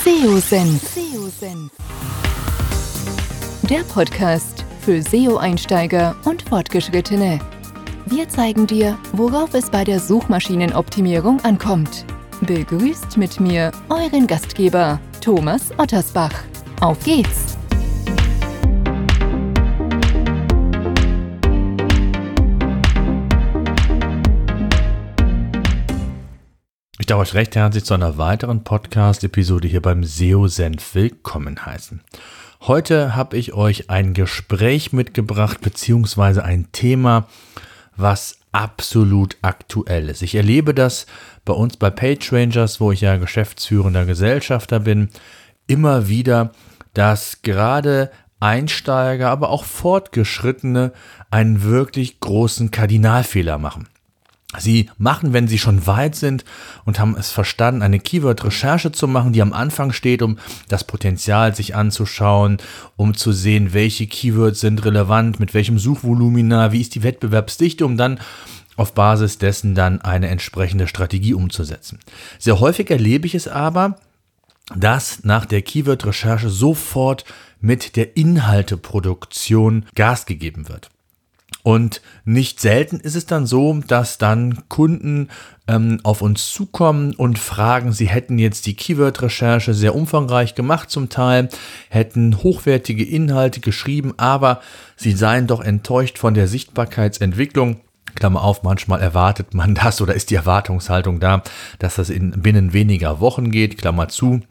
SEO-Senf. Der Podcast für SEO-Einsteiger und Fortgeschrittene. Wir zeigen dir, worauf es bei der Suchmaschinenoptimierung ankommt. Begrüßt mit mir euren Gastgeber, Thomas Ottersbach. Auf geht's! Ich darf euch recht herzlich zu einer weiteren Podcast-Episode hier beim SEO-Senf willkommen heißen. Heute habe ich euch ein Gespräch mitgebracht, beziehungsweise ein Thema, was absolut aktuell ist. Ich erlebe das bei uns bei PageRangers, wo ich ja geschäftsführender Gesellschafter bin, immer wieder, dass gerade Einsteiger, aber auch Fortgeschrittene einen wirklich großen Kardinalfehler machen. Sie machen, wenn sie schon weit sind und haben es verstanden, eine Keyword-Recherche zu machen, die am Anfang steht, um das Potenzial sich anzuschauen, um zu sehen, welche Keywords sind relevant, mit welchem Suchvolumina, wie ist die Wettbewerbsdichte, um dann auf Basis dessen dann eine entsprechende Strategie umzusetzen. Sehr häufig erlebe ich es aber, dass nach der Keyword-Recherche sofort mit der Inhalteproduktion Gas gegeben wird. Und nicht selten ist es dann so, dass dann Kunden auf uns zukommen und fragen, sie hätten jetzt die Keyword-Recherche sehr umfangreich gemacht zum Teil, hätten hochwertige Inhalte geschrieben, aber sie seien doch enttäuscht von der Sichtbarkeitsentwicklung. Klammer auf, manchmal erwartet man das oder ist die Erwartungshaltung da, dass das binnen weniger Wochen geht, Klammer zu.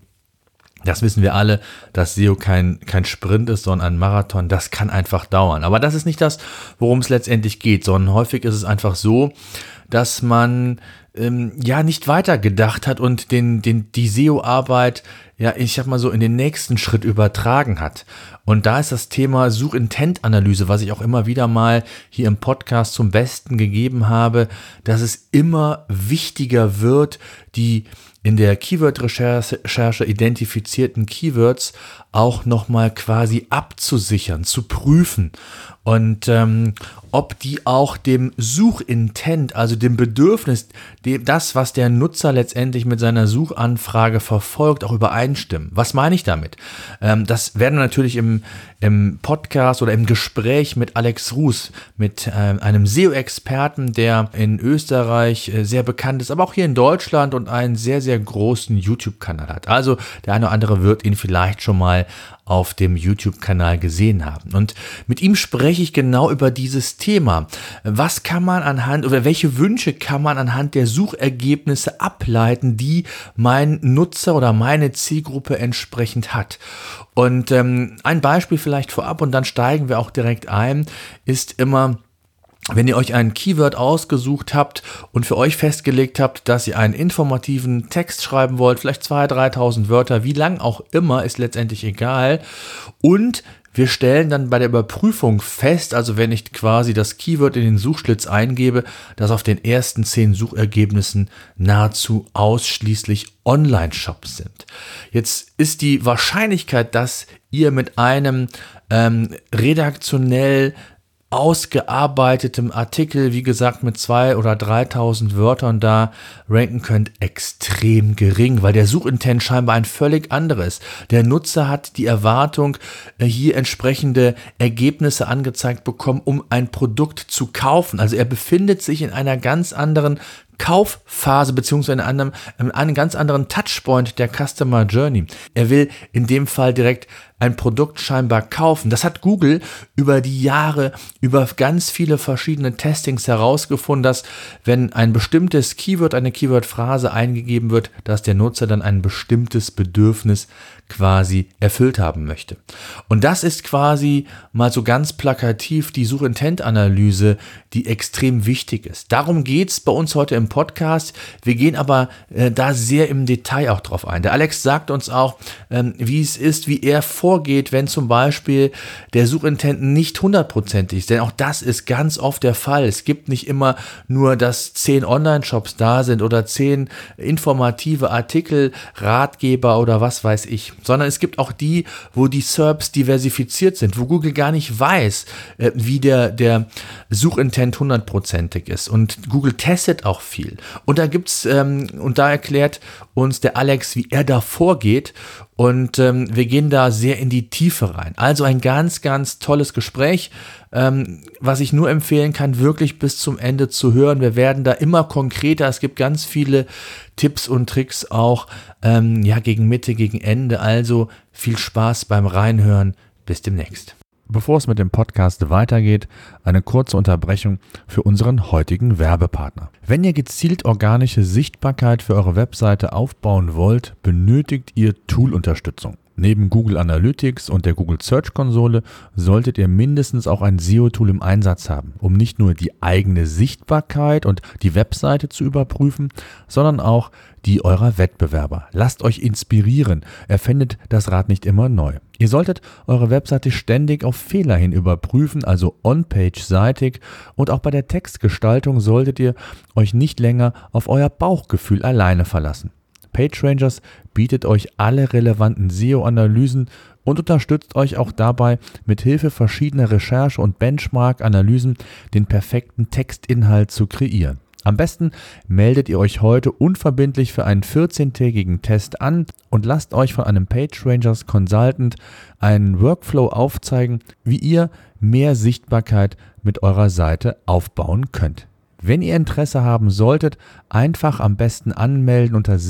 Das wissen wir alle, dass SEO kein Sprint ist, sondern ein Marathon. Das kann einfach dauern. Aber das ist nicht das, worum es letztendlich geht, sondern häufig ist es einfach so, dass man nicht weiter gedacht hat und die SEO-Arbeit, ich sag mal so, in den nächsten Schritt übertragen hat. Und da ist das Thema Suchintent-Analyse, was ich auch immer wieder mal hier im Podcast zum Besten gegeben habe, dass es immer wichtiger wird, die in der Keyword-Recherche identifizierten Keywords auch nochmal quasi abzusichern, zu prüfen und ob die auch dem Suchintent, also dem Bedürfnis, das, was der Nutzer letztendlich mit seiner Suchanfrage verfolgt, auch übereinstimmen. Was meine ich damit? Das werden wir natürlich im Podcast oder im Gespräch mit Alex Ruß, mit einem SEO-Experten, der in Österreich sehr bekannt ist, aber auch hier in Deutschland und einen sehr, sehr großen YouTube-Kanal hat. Also der eine oder andere wird ihn vielleicht schon mal auf dem YouTube-Kanal gesehen haben. Und mit ihm spreche ich genau über dieses Thema. Was kann man welche Wünsche kann man anhand der Suchergebnisse ableiten, die mein Nutzer oder meine Zielgruppe entsprechend hat? Und ein Beispiel vielleicht vorab und dann steigen wir auch direkt ein, ist immer, wenn ihr euch ein Keyword ausgesucht habt und für euch festgelegt habt, dass ihr einen informativen Text schreiben wollt, vielleicht 2.000, 3.000 Wörter, wie lang auch immer, ist letztendlich egal. Und wir stellen dann bei der Überprüfung fest, also wenn ich quasi das Keyword in den Suchschlitz eingebe, dass auf den ersten 10 Suchergebnissen nahezu ausschließlich Online-Shops sind. Jetzt ist die Wahrscheinlichkeit, dass ihr mit einem redaktionell ausgearbeitetem Artikel, wie gesagt, mit 2.000 oder 3.000 Wörtern da ranken könnt, extrem gering, weil der Suchintent scheinbar ein völlig anderes. Der Nutzer hat die Erwartung, hier entsprechende Ergebnisse angezeigt bekommen, um ein Produkt zu kaufen. Also er befindet sich in einer ganz anderen Kaufphase beziehungsweise in einem ganz anderen Touchpoint der Customer Journey. Er will in dem Fall direkt ein Produkt scheinbar kaufen. Das hat Google über die Jahre, über ganz viele verschiedene Testings herausgefunden, dass wenn ein bestimmtes Keyword, eine Keyword-Phrase eingegeben wird, dass der Nutzer dann ein bestimmtes Bedürfnis quasi erfüllt haben möchte. Und das ist quasi mal so ganz plakativ die Suchintent-Analyse, die extrem wichtig ist. Darum geht's bei uns heute im Podcast. Wir gehen aber da sehr im Detail auch drauf ein. Der Alex sagt uns auch, wie es ist, wie er vorgeht, wenn zum Beispiel der Suchintent nicht 100% ist. Denn auch das ist ganz oft der Fall. Es gibt nicht immer nur, dass 10 Online-Shops da sind oder 10 informative Artikel, Ratgeber oder was weiß ich. Sondern es gibt auch die, wo die SERPs diversifiziert sind, wo Google gar nicht weiß, wie der Suchintent 100%ig ist. Und Google testet auch viel. viel. Und da gibt's, und da erklärt uns der Alex, wie er da vorgeht. Und wir gehen da sehr in die Tiefe rein. Also ein ganz, ganz tolles Gespräch, was ich nur empfehlen kann, wirklich bis zum Ende zu hören. Wir werden da immer konkreter. Es gibt ganz viele Tipps und Tricks auch gegen Mitte, gegen Ende. Also viel Spaß beim Reinhören. Bis demnächst. Bevor es mit dem Podcast weitergeht, eine kurze Unterbrechung für unseren heutigen Werbepartner. Wenn ihr gezielt organische Sichtbarkeit für eure Webseite aufbauen wollt, benötigt ihr Tool-Unterstützung. Neben Google Analytics und der Google Search Konsole solltet ihr mindestens auch ein SEO-Tool im Einsatz haben, um nicht nur die eigene Sichtbarkeit und die Webseite zu überprüfen, sondern auch die eurer Wettbewerber. Lasst euch inspirieren, erfindet das Rad nicht immer neu. Ihr solltet eure Webseite ständig auf Fehler hin überprüfen, also on-page-seitig, und auch bei der Textgestaltung solltet ihr euch nicht länger auf euer Bauchgefühl alleine verlassen. PageRangers bietet euch alle relevanten SEO-Analysen und unterstützt euch auch dabei, mit Hilfe verschiedener Recherche- und Benchmark-Analysen den perfekten Textinhalt zu kreieren. Am besten meldet ihr euch heute unverbindlich für einen 14-tägigen Test an und lasst euch von einem PageRangers Consultant einen Workflow aufzeigen, wie ihr mehr Sichtbarkeit mit eurer Seite aufbauen könnt. Wenn ihr Interesse haben solltet, einfach am besten anmelden unter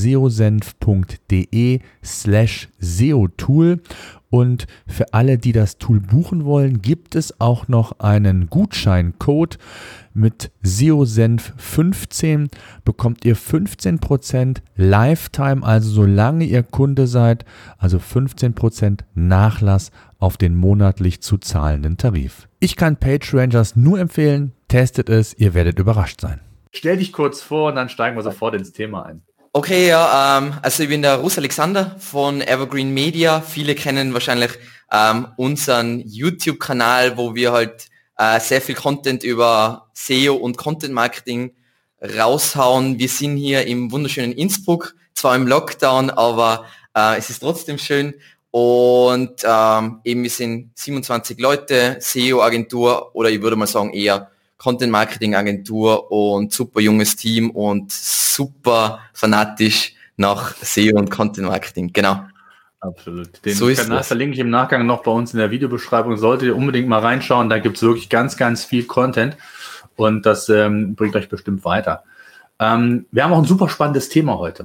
seosenf.de/SEO-Tool. Und für alle, die das Tool buchen wollen, gibt es auch noch einen Gutscheincode. Mit SEOsenf15 bekommt ihr 15% Lifetime, also solange ihr Kunde seid, also 15% Nachlass auf den monatlich zu zahlenden Tarif. Ich kann PageRangers nur empfehlen, testet es, ihr werdet überrascht sein. Stell dich kurz vor und dann steigen wir sofort ins Thema ein. Okay, ja, also ich bin der Russ Alexander von Evergreen Media. Viele kennen wahrscheinlich unseren YouTube-Kanal, wo wir halt sehr viel Content über SEO und Content Marketing raushauen. Wir sind hier im wunderschönen Innsbruck, zwar im Lockdown, aber es ist trotzdem schön. Und eben wir sind 27 Leute, SEO-Agentur oder ich würde mal sagen eher Content-Marketing-Agentur und super junges Team und super fanatisch nach SEO und Content-Marketing, genau. Absolut. Den Kanal verlinke ich im Nachgang noch bei uns in der Videobeschreibung. Solltet ihr unbedingt mal reinschauen, da gibt es wirklich ganz, ganz viel Content und das bringt euch bestimmt weiter. Wir haben auch ein super spannendes Thema heute.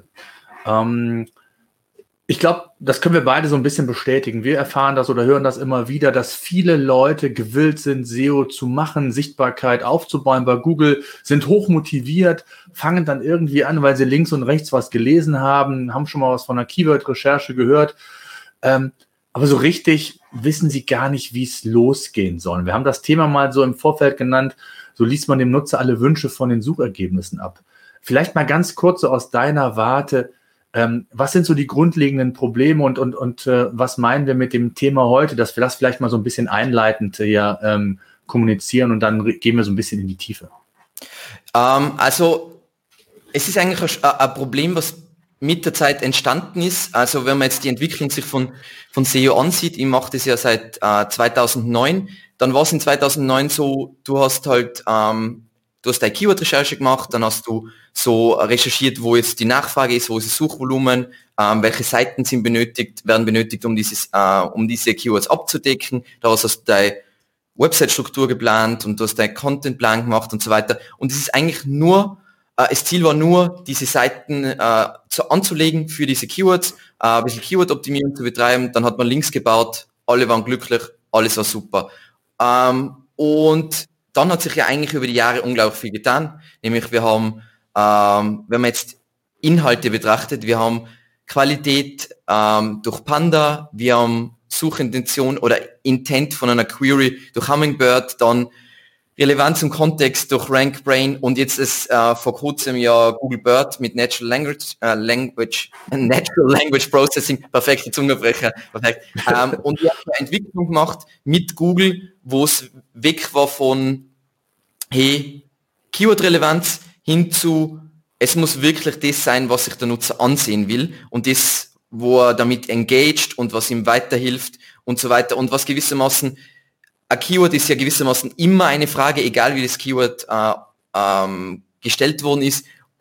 Ich glaube, das können wir beide so ein bisschen bestätigen. Wir erfahren das oder hören das immer wieder, dass viele Leute gewillt sind, SEO zu machen, Sichtbarkeit aufzubauen bei Google, sind hochmotiviert, fangen dann irgendwie an, weil sie links und rechts was gelesen haben, haben schon mal was von einer Keyword-Recherche gehört. Aber so richtig wissen sie gar nicht, wie es losgehen soll. Wir haben das Thema mal so im Vorfeld genannt, so liest man dem Nutzer alle Wünsche von den Suchergebnissen ab. Vielleicht mal ganz kurz so aus deiner Warte, was sind so die grundlegenden Probleme und was meinen wir mit dem Thema heute, dass wir das vielleicht mal so ein bisschen einleitend hier kommunizieren und dann gehen wir so ein bisschen in die Tiefe. Also es ist eigentlich ein Problem, was mit der Zeit entstanden ist. Also wenn man jetzt die Entwicklung sich von SEO ansieht, ich mache das ja seit 2009, dann war es in 2009 so, du hast deine Keyword-Recherche gemacht, dann hast du so recherchiert, wo jetzt die Nachfrage ist, wo ist das Suchvolumen, welche Seiten werden benötigt, um diese Keywords abzudecken. Daraus hast du deine Website-Struktur geplant und du hast deinen Content-Plan gemacht und so weiter. Und es ist eigentlich nur, das Ziel war nur, diese Seiten anzulegen für diese Keywords, ein bisschen Keyword-Optimierung zu betreiben, dann hat man Links gebaut, alle waren glücklich, alles war super. Und dann hat sich ja eigentlich über die Jahre unglaublich viel getan, nämlich wir haben, wenn man jetzt Inhalte betrachtet, wir haben Qualität durch Panda, wir haben Suchintention oder Intent von einer Query durch Hummingbird, dann Relevanz und Kontext durch RankBrain und jetzt ist vor kurzem ja Google Bird mit Natural Language Processing, perfekte Zungenbrecher, perfekt. Und wir haben eine Entwicklung gemacht mit Google, wo es weg war von Keyword-Relevanz hin zu, es muss wirklich das sein, was sich der Nutzer ansehen will und das, wo er damit engaged und was ihm weiterhilft und so weiter und was gewissermaßen, ein Keyword ist ja gewissermaßen immer eine Frage, egal wie das Keyword gestellt worden ist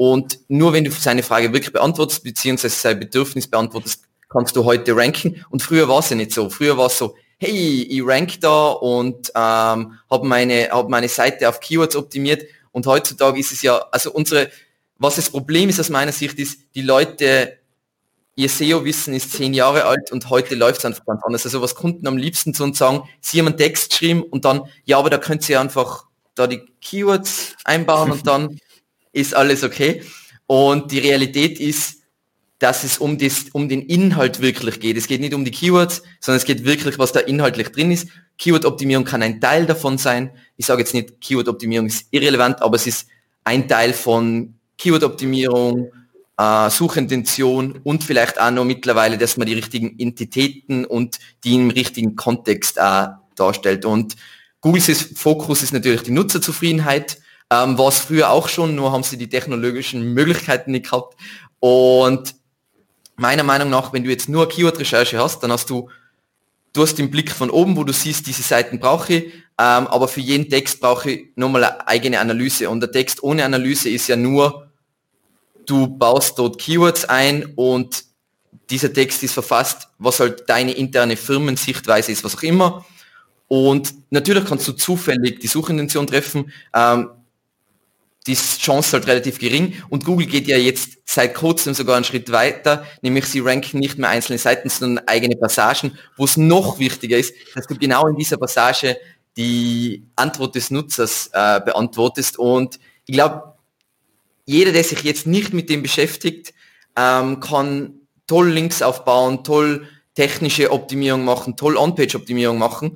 und nur wenn du seine Frage wirklich beantwortest, beziehungsweise sein Bedürfnis beantwortest, kannst du heute ranken. Und früher war es ja nicht so. Früher war es so, hey, ich rank da und habe meine Seite auf Keywords optimiert. Und heutzutage ist es ja, also was das Problem ist aus meiner Sicht ist, die Leute, ihr SEO-Wissen ist 10 Jahre alt und heute läuft es einfach ganz anders. Also was Kunden am liebsten zu uns sagen, sie haben einen Text geschrieben und dann, ja, aber da könnt ihr einfach da die Keywords einbauen und dann ist alles okay. Und die Realität ist, dass es um den Inhalt wirklich geht. Es geht nicht um die Keywords, sondern es geht wirklich, was da inhaltlich drin ist. Keyword-Optimierung kann ein Teil davon sein. Ich sage jetzt nicht, Keyword-Optimierung ist irrelevant, aber es ist ein Teil von Keyword-Optimierung, Suchintention und vielleicht auch noch mittlerweile, dass man die richtigen Entitäten und die im richtigen Kontext darstellt. Und Googles Fokus ist natürlich die Nutzerzufriedenheit, war es früher auch schon, nur haben sie die technologischen Möglichkeiten nicht gehabt. Und meiner Meinung nach, wenn du jetzt nur Keyword-Recherche hast, dann hast du hast den Blick von oben, wo du siehst, diese Seiten brauche ich, aber für jeden Text brauche ich nochmal eine eigene Analyse. Und der Text ohne Analyse ist ja nur, du baust dort Keywords ein und dieser Text ist verfasst, was halt deine interne Firmensichtweise ist, was auch immer. Und natürlich kannst du zufällig die Suchintention treffen, die Chance ist halt relativ gering und Google geht ja jetzt seit kurzem sogar einen Schritt weiter, nämlich sie ranken nicht mehr einzelne Seiten, sondern eigene Passagen, wo es noch wichtiger ist, dass du genau in dieser Passage die Antwort des Nutzers beantwortest. Und ich glaube, jeder, der sich jetzt nicht mit dem beschäftigt, kann toll Links aufbauen, toll technische Optimierung machen, toll On-Page-Optimierung machen,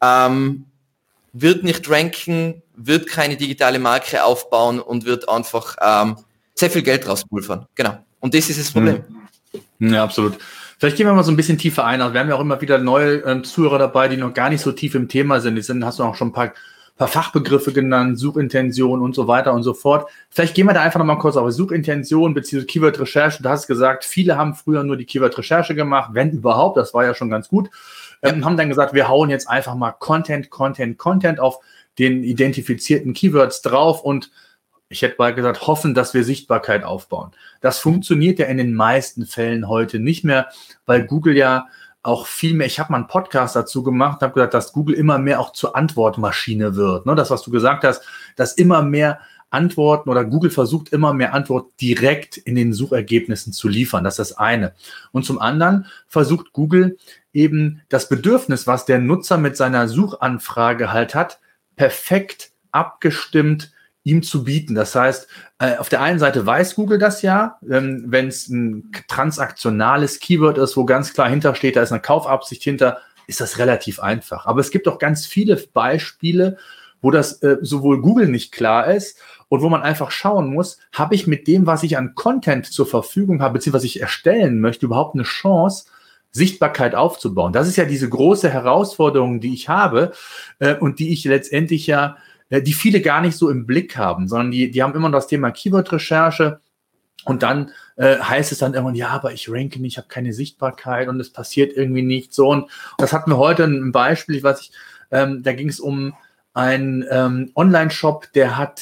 wird nicht ranken, wird keine digitale Marke aufbauen und wird einfach sehr viel Geld rauspulvern. Genau. Und das ist das Problem. Ja, absolut. Vielleicht gehen wir mal so ein bisschen tiefer ein. Also wir haben ja auch immer wieder neue Zuhörer dabei, die noch gar nicht so tief im Thema sind. Hast du auch schon ein paar Fachbegriffe genannt, Suchintention und so weiter und so fort. Vielleicht gehen wir da einfach nochmal kurz auf Suchintention bzw. Keyword-Recherche. Du hast gesagt, viele haben früher nur die Keyword-Recherche gemacht, wenn überhaupt. Das war ja schon ganz gut. Haben dann gesagt, wir hauen jetzt einfach mal Content auf den identifizierten Keywords drauf und ich hätte mal gesagt, hoffen, dass wir Sichtbarkeit aufbauen. Das funktioniert ja in den meisten Fällen heute nicht mehr, weil Google ja auch viel mehr, ich habe mal einen Podcast dazu gemacht, habe gesagt, dass Google immer mehr auch zur Antwortmaschine wird. Ne? Das, was du gesagt hast, dass immer mehr Antworten oder Google versucht immer mehr Antworten direkt in den Suchergebnissen zu liefern. Das ist das eine. Und zum anderen versucht Google eben das Bedürfnis, was der Nutzer mit seiner Suchanfrage halt hat, perfekt abgestimmt ihm zu bieten. Das heißt, auf der einen Seite weiß Google das ja, wenn es ein transaktionales Keyword ist, wo ganz klar hintersteht, da ist eine Kaufabsicht hinter, ist das relativ einfach. Aber es gibt auch ganz viele Beispiele, wo das sowohl Google nicht klar ist und wo man einfach schauen muss, habe ich mit dem, was ich an Content zur Verfügung habe, beziehungsweise was ich erstellen möchte, überhaupt eine Chance, Sichtbarkeit aufzubauen. Das ist ja diese große Herausforderung, die ich habe und die ich letztendlich ja, die viele gar nicht so im Blick haben, sondern die haben immer das Thema Keyword-Recherche und dann heißt es dann irgendwann, ja, aber ich ranke nicht, ich habe keine Sichtbarkeit und es passiert irgendwie nicht so. Und das hatten wir heute ein Beispiel, da ging es um einen Online-Shop, der hat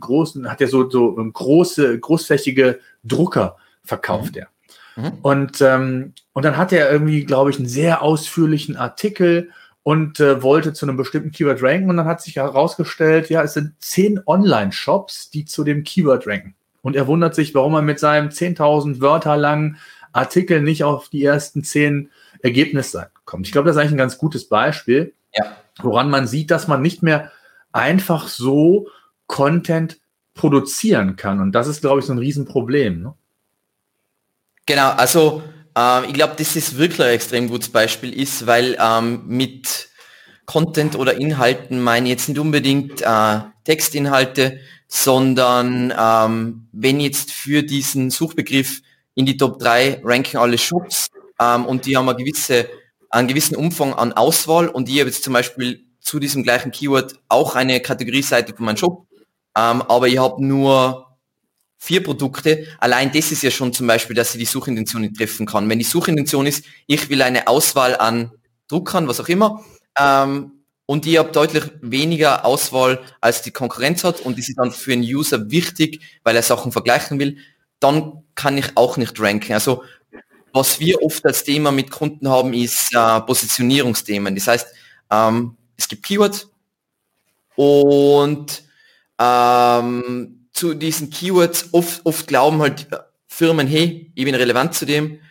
so großflächige Drucker verkauft er. Und dann hat er irgendwie, glaube ich, einen sehr ausführlichen Artikel und wollte zu einem bestimmten Keyword ranken und dann hat sich herausgestellt, ja, es sind 10 Online-Shops, die zu dem Keyword ranken. Und er wundert sich, warum er mit seinem 10.000 Wörter langen Artikel nicht auf die ersten 10 Ergebnisse kommt. Ich glaube, das ist eigentlich ein ganz gutes Beispiel, woran man sieht, dass man nicht mehr einfach so Content produzieren kann. Und das ist, glaube ich, so ein Riesenproblem. Ne? Genau, also ich glaube, dass das wirklich ein extrem gutes Beispiel ist, weil mit Content oder Inhalten meine ich jetzt nicht unbedingt Textinhalte, sondern wenn jetzt für diesen Suchbegriff in die Top 3 ranken alle Shops und die haben einen gewissen Umfang an Auswahl und ich habe jetzt zum Beispiel zu diesem gleichen Keyword auch eine Kategorieseite von meinem Shop, aber ich habe nur 4 Produkte, allein das ist ja schon zum Beispiel, dass ich die Suchintention nicht treffen kann. Wenn die Suchintention ist, ich will eine Auswahl an Druckern, was auch immer, und ich habe deutlich weniger Auswahl, als die Konkurrenz hat und das ist dann für einen User wichtig, weil er Sachen vergleichen will, dann kann ich auch nicht ranken. Also was wir oft als Thema mit Kunden haben, ist Positionierungsthemen. Das heißt, es gibt Keywords und zu diesen Keywords oft glauben halt Firmen, hey, ich bin relevant zu dem,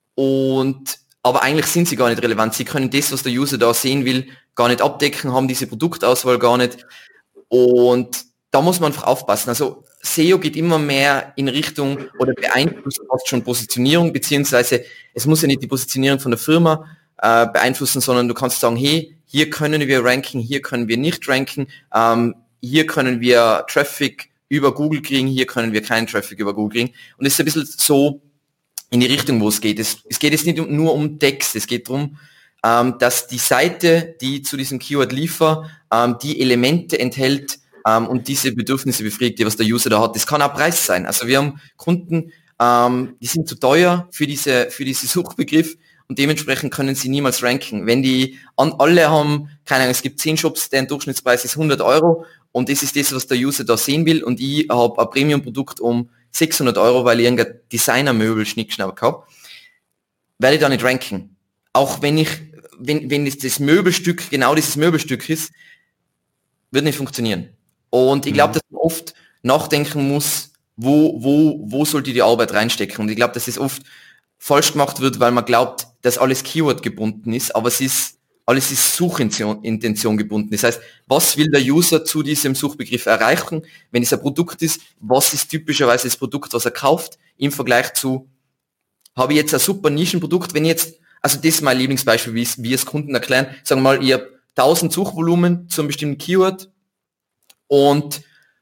aber eigentlich sind sie gar nicht relevant. Sie können das, was der User da sehen will, gar nicht abdecken, haben diese Produktauswahl gar nicht. Und da muss man einfach aufpassen. Also SEO geht immer mehr in Richtung oder beeinflusst fast schon Positionierung, beziehungsweise es muss ja nicht die Positionierung von der Firma beeinflussen, sondern du kannst sagen, hey, hier können wir ranken, hier können wir nicht ranken, hier können wir Traffic über Google kriegen, hier können wir keinen Traffic über Google kriegen. Und es ist ein bisschen so in die Richtung, wo es geht. Es geht jetzt nicht nur um Text, es geht darum, dass die Seite, die zu diesem Keyword liefert, die Elemente enthält und diese Bedürfnisse befriedigt, was der User da hat. Das kann auch Preis sein. Also wir haben Kunden, die sind zu teuer für diese Suchbegriff und dementsprechend können sie niemals ranken. Wenn die alle haben, keine Ahnung, es gibt 10 Shops, deren Durchschnittspreis ist 100 Euro und das ist das, was der User da sehen will und ich habe ein Premium-Produkt um 600 Euro, weil ich irgendein Designer-Möbel Schnickschnack habe, werde ich da nicht ranken. Auch wenn das Möbelstück genau dieses Möbelstück ist, wird nicht funktionieren. Und ich glaube, dass man oft nachdenken muss, wo sollte die Arbeit reinstecken. Und ich glaube, dass es oft falsch gemacht wird, weil man glaubt, dass alles Keyword gebunden ist, aber alles ist Suchintention gebunden. Das heißt, was will der User zu diesem Suchbegriff erreichen? Wenn es ein Produkt ist, was ist typischerweise das Produkt, was er kauft, im Vergleich zu, habe ich jetzt ein super Nischenprodukt, wenn ich jetzt, also das ist mein Lieblingsbeispiel, wie wir es Kunden erklären, sagen wir mal, ihr habt 1000 Suchvolumen zu einem bestimmten Keyword und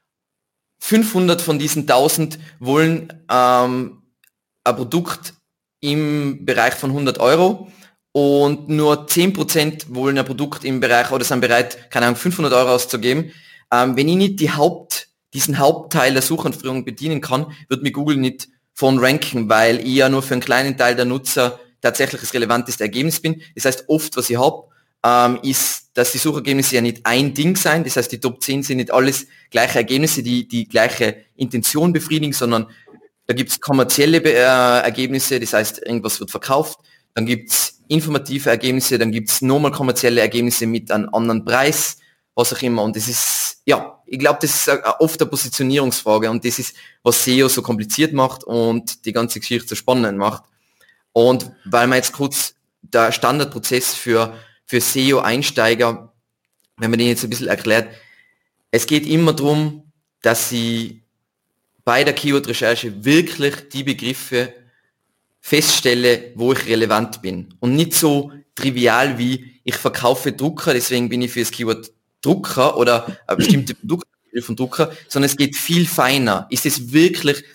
500 von diesen 1000 wollen ein Produkt im Bereich von 100 Euro und nur 10% wollen ein Produkt im Bereich oder sind bereit, keine Ahnung, 500 Euro auszugeben. Wenn ich nicht diesen Hauptteil der Suchanführung bedienen kann, wird mir Google nicht von ranken, weil ich ja nur für einen kleinen Teil der Nutzer tatsächlich das relevanteste Ergebnis bin. Das heißt, oft, was ich habe, ist, dass die Suchergebnisse ja nicht ein Ding sein. Das heißt, die Top 10 sind nicht alles gleiche Ergebnisse, die gleiche Intention befriedigen, sondern da gibt es kommerzielle Ergebnisse, das heißt, irgendwas wird verkauft. Dann gibt es informative Ergebnisse, dann gibt es nochmal kommerzielle Ergebnisse mit einem anderen Preis, was auch immer. Und das ist, ja, ich glaube, das ist oft eine Positionierungsfrage und das ist, was SEO so kompliziert macht und die ganze Geschichte so spannend macht. Und weil man jetzt kurz der Standardprozess für SEO-Einsteiger, wenn man den jetzt ein bisschen erklärt, es geht immer darum, dass sie bei der Keyword-Recherche wirklich die Begriffe feststelle, wo ich relevant bin. Und nicht so trivial wie, ich verkaufe Drucker, deswegen bin ich für das Keyword Drucker oder eine bestimmte Produkte von Drucker, sondern es geht viel feiner. Ist es wirklich,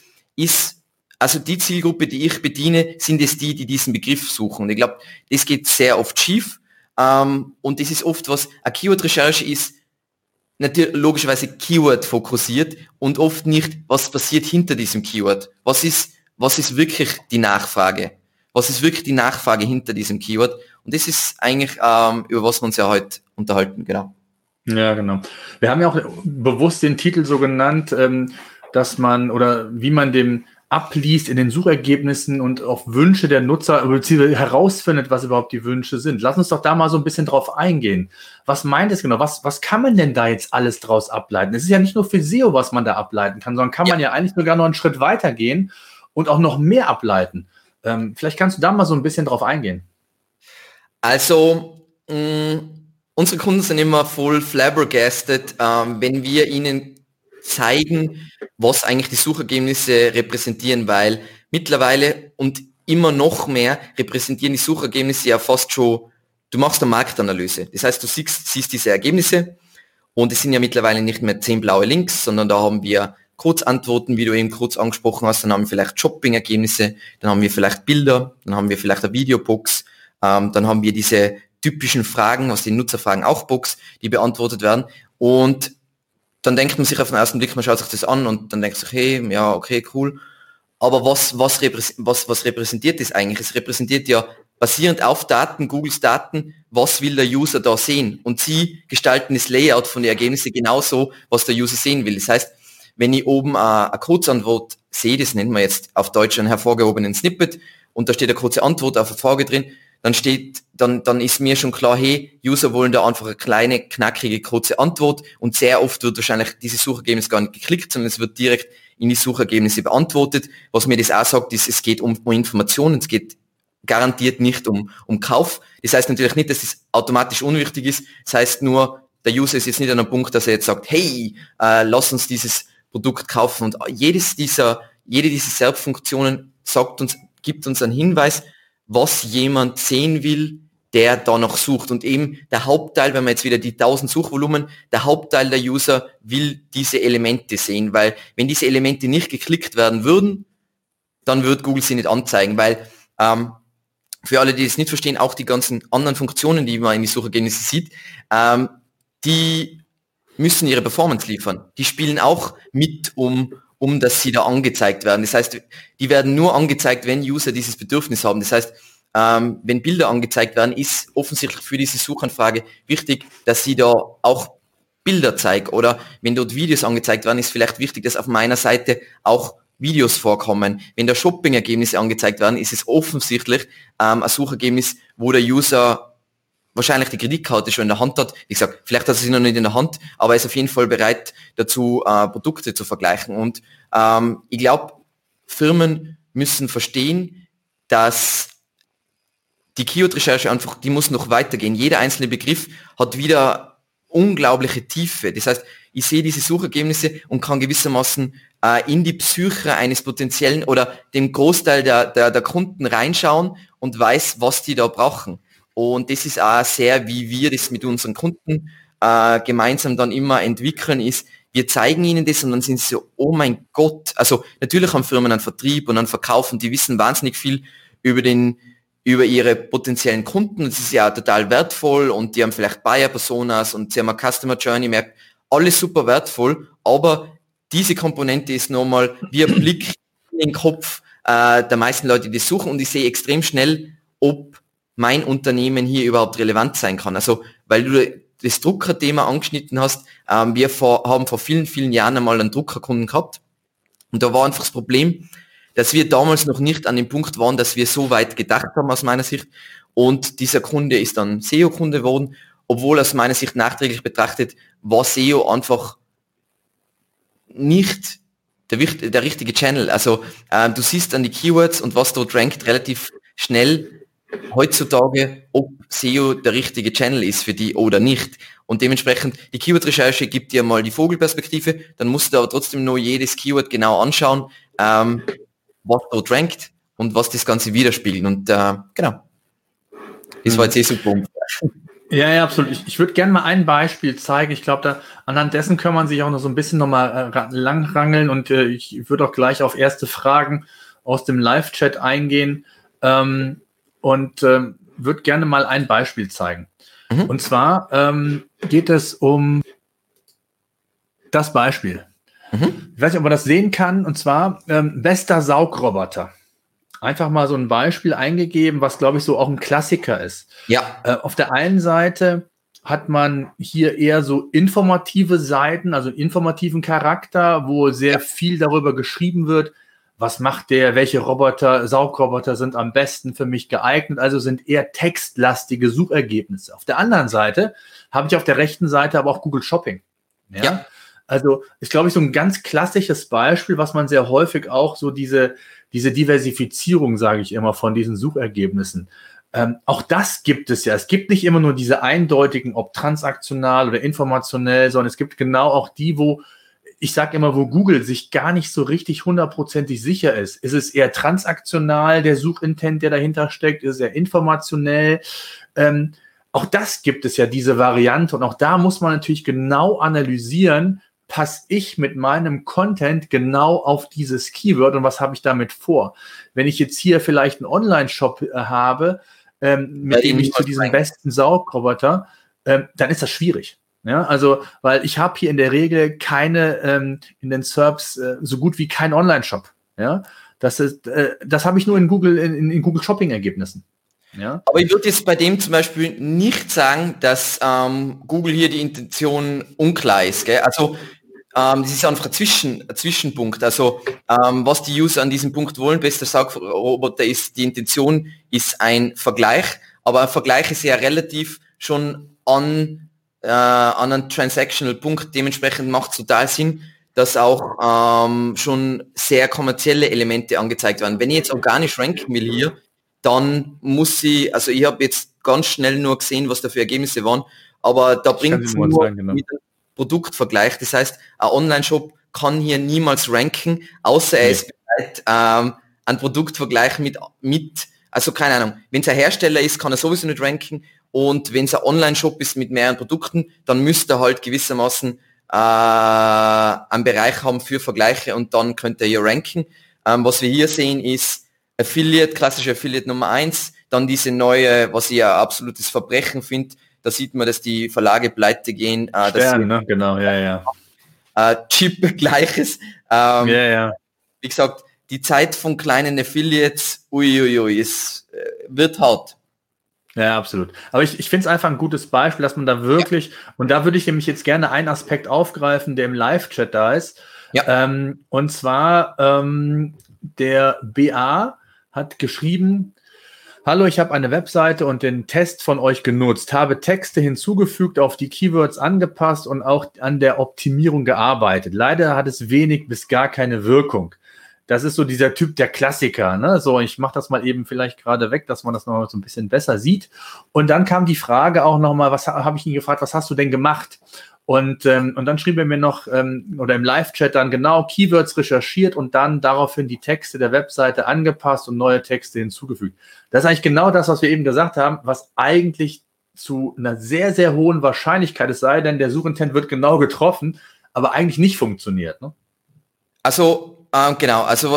also die Zielgruppe, die ich bediene, sind es die diesen Begriff suchen. Und ich glaube, das geht sehr oft schief. Und das ist oft was, eine Keyword-Recherche ist natürlich logischerweise Keyword fokussiert und oft nicht, was passiert hinter diesem Keyword. Was ist wirklich die Nachfrage? Was ist wirklich die Nachfrage hinter diesem Keyword? Und das ist eigentlich, über was wir uns ja heute unterhalten, genau. Ja, genau. Wir haben ja auch bewusst den Titel so genannt, dass man oder wie man dem abliest in den Suchergebnissen und auf Wünsche der Nutzer beziehungsweise herausfindet, was überhaupt die Wünsche sind. Lass uns doch da mal so ein bisschen drauf eingehen. Was meint es genau? Was kann man denn da jetzt alles draus ableiten? Es ist ja nicht nur für SEO, was man da ableiten kann, sondern kann man ja eigentlich sogar noch einen Schritt weiter gehen und auch noch mehr ableiten. Vielleicht kannst du da mal so ein bisschen drauf eingehen. Also, unsere Kunden sind immer voll flabbergasted, wenn wir ihnen zeigen, was eigentlich die Suchergebnisse repräsentieren, weil mittlerweile und immer noch mehr repräsentieren die Suchergebnisse ja fast schon, du machst eine Marktanalyse. Das heißt, du siehst diese Ergebnisse und es sind ja mittlerweile nicht mehr 10 blaue Links, sondern da haben wir Kurzantworten, wie du eben kurz angesprochen hast, dann haben wir vielleicht Shopping-Ergebnisse, dann haben wir vielleicht Bilder, dann haben wir vielleicht eine Videobox, dann haben wir diese typischen Fragen aus den Nutzerfragen auch Box, die beantwortet werden und dann denkt man sich auf den ersten Blick, man schaut sich das an und dann denkt sich, hey, ja, okay, cool. Aber was repräsentiert das eigentlich? Es repräsentiert ja basierend auf Daten, Googles Daten, was will der User da sehen? Und sie gestalten das Layout von den Ergebnissen genauso, was der User sehen will. Das heißt, wenn ich oben eine Kurzantwort sehe, das nennen wir jetzt auf Deutsch einen hervorgehobenen Snippet, und da steht eine kurze Antwort auf eine Frage drin, dann ist mir schon klar, hey, User wollen da einfach eine kleine, knackige, kurze Antwort, und sehr oft wird wahrscheinlich dieses Suchergebnis gar nicht geklickt, sondern es wird direkt in die Suchergebnisse beantwortet. Was mir das auch sagt, ist, es geht um Informationen, es geht garantiert nicht um Kauf. Das heißt natürlich nicht, dass es automatisch unwichtig ist. Das heißt nur, der User ist jetzt nicht an einem Punkt, dass er jetzt sagt, hey, lass uns dieses Produkt kaufen. Und jede dieser SERP-Funktionen gibt uns einen Hinweis, was jemand sehen will, der da noch sucht. Und eben der Hauptteil, wenn man jetzt wieder die 1000 Suchvolumen, der Hauptteil der User will diese Elemente sehen, weil wenn diese Elemente nicht geklickt werden würden, dann wird Google sie nicht anzeigen, weil für alle, die das nicht verstehen, auch die ganzen anderen Funktionen, die man in die Suchergebnisse sieht, die müssen ihre Performance liefern. Die spielen auch mit, um dass sie da angezeigt werden. Das heißt, die werden nur angezeigt, wenn User dieses Bedürfnis haben. Das heißt, wenn Bilder angezeigt werden, ist offensichtlich für diese Suchanfrage wichtig, dass sie da auch Bilder zeigt. Oder wenn dort Videos angezeigt werden, ist vielleicht wichtig, dass auf meiner Seite auch Videos vorkommen. Wenn da Shopping-Ergebnisse angezeigt werden, ist es offensichtlich ein Suchergebnis, wo der User wahrscheinlich die Kreditkarte schon in der Hand hat. Wie gesagt, vielleicht hat er sie noch nicht in der Hand, aber er ist auf jeden Fall bereit dazu, Produkte zu vergleichen. Und ich glaube, Firmen müssen verstehen, dass die Keyword-Recherche einfach, die muss noch weitergehen. Jeder einzelne Begriff hat wieder unglaubliche Tiefe. Das heißt, ich sehe diese Suchergebnisse und kann gewissermaßen in die Psyche eines potenziellen oder dem Großteil der Kunden reinschauen und weiß, was die da brauchen. Und das ist auch sehr, wie wir das mit unseren Kunden gemeinsam dann immer entwickeln, ist, wir zeigen ihnen das und dann sind sie so, oh mein Gott. Also natürlich haben Firmen einen Vertrieb und einen Verkauf und die wissen wahnsinnig viel über ihre potenziellen Kunden. Das ist ja total wertvoll und die haben vielleicht Buyer-Personas und sie haben eine Customer Journey Map. Alles super wertvoll, aber diese Komponente ist nochmal wie ein Blick in den Kopf der meisten Leute, die suchen, und ich sehe extrem schnell, ob mein Unternehmen hier überhaupt relevant sein kann. Also, weil du das Druckerthema angeschnitten hast, wir haben vor vielen, vielen Jahren einmal einen Druckerkunden gehabt, und da war einfach das Problem, dass wir damals noch nicht an dem Punkt waren, dass wir so weit gedacht haben aus meiner Sicht, und dieser Kunde ist dann SEO-Kunde geworden, obwohl aus meiner Sicht nachträglich betrachtet war SEO einfach nicht der richtige Channel. Also du siehst an die Keywords und was dort rankt relativ schnell heutzutage, ob SEO der richtige Channel ist für die oder nicht. Und dementsprechend, die Keyword-Recherche gibt dir mal die Vogelperspektive, dann musst du aber trotzdem nur jedes Keyword genau anschauen, was dort rankt und was das Ganze widerspiegelt. Und genau. Das war jetzt super. Ja, absolut. Ich würde gerne mal ein Beispiel zeigen. Ich glaube, anhand dessen kann man sich auch noch so ein bisschen nochmal langrangeln, und ich würde auch gleich auf erste Fragen aus dem Live-Chat eingehen und würde gerne mal ein Beispiel zeigen. Und zwar geht es um das Beispiel. Ich weiß nicht, ob man das sehen kann, und zwar bester Saugroboter. Einfach mal so ein Beispiel eingegeben, was, glaube ich, so auch ein Klassiker ist. Ja. Auf der einen Seite hat man hier eher so informative Seiten, also informativen Charakter, wo sehr viel darüber geschrieben wird, was macht der, welche Saugroboter sind am besten für mich geeignet, also sind eher textlastige Suchergebnisse. Auf der anderen Seite habe ich auf der rechten Seite aber auch Google Shopping. Ja. Also ist, glaube ich, so ein ganz klassisches Beispiel, was man sehr häufig auch so diese Diversifizierung, sage ich immer, von diesen Suchergebnissen. Auch das gibt es ja. Es gibt nicht immer nur diese eindeutigen, ob transaktional oder informationell, sondern es gibt genau auch die, wo Google sich gar nicht so richtig hundertprozentig sicher ist. Ist es eher transaktional, der Suchintent, der dahinter steckt? Ist es eher informationell? Auch das gibt es ja, diese Variante. Und auch da muss man natürlich genau analysieren, passe ich mit meinem Content genau auf dieses Keyword und was habe ich damit vor? Wenn ich jetzt hier vielleicht einen Online-Shop habe, mit dem ich zu diesem besten Saugroboter, dann ist das schwierig. Ja, also, weil ich habe hier in der Regel keine in den SERPs so gut wie keinen Online-Shop. Ja, Das habe ich nur in Google Shopping-Ergebnissen. Ja? Aber ich würde jetzt bei dem zum Beispiel nicht sagen, dass Google hier die Intention unklar ist. Gell? Also das ist einfach ein Zwischenpunkt. Also was die User an diesem Punkt wollen, bester Saugroboter ist, die Intention ist ein Vergleich, aber ein Vergleich ist ja relativ schon an einen Transactional Punkt. Dementsprechend macht es total Sinn, dass auch schon sehr kommerzielle Elemente angezeigt werden. Wenn ich jetzt organisch ranken will hier, dann muss ich, also ich habe jetzt ganz schnell nur gesehen, was da für Ergebnisse waren, aber da bringt es nur mit einem Produktvergleich. Das heißt, ein Online-Shop kann hier niemals ranken, außer er ist bereit, einen Produktvergleich mit, also keine Ahnung, wenn es ein Hersteller ist, kann er sowieso nicht ranken, und wenn es ein Online-Shop ist mit mehreren Produkten, dann müsste er halt gewissermaßen einen Bereich haben für Vergleiche, und dann könnte er hier ranken. Was wir hier sehen ist Affiliate, klassische Affiliate Nummer 1, dann diese neue, was ich ein absolutes Verbrechen finde, da sieht man, dass die Verlage pleite gehen. Stern, ne? Genau, ja. Chip Gleiches. Wie gesagt, die Zeit von kleinen Affiliates, es wird hart. Ja, absolut. Aber ich finde es einfach ein gutes Beispiel, dass man da wirklich, und da würde ich nämlich jetzt gerne einen Aspekt aufgreifen, der im Live-Chat da ist. Ja. Und zwar der BA hat geschrieben: Hallo, ich habe eine Webseite und den Test von euch genutzt, habe Texte hinzugefügt, auf die Keywords angepasst und auch an der Optimierung gearbeitet. Leider hat es wenig bis gar keine Wirkung. Das ist so dieser Typ der Klassiker, ne? So, ich mache das mal eben vielleicht gerade weg, dass man das nochmal so ein bisschen besser sieht. Und dann kam die Frage auch nochmal, habe ich ihn gefragt, was hast du denn gemacht? Und dann schrieb er mir noch, oder im Live-Chat dann genau, Keywords recherchiert und dann daraufhin die Texte der Webseite angepasst und neue Texte hinzugefügt. Das ist eigentlich genau das, was wir eben gesagt haben, was eigentlich zu einer sehr, sehr hohen Wahrscheinlichkeit, es sei denn, der Suchintent wird genau getroffen, aber eigentlich nicht funktioniert. Ne? Also, genau, also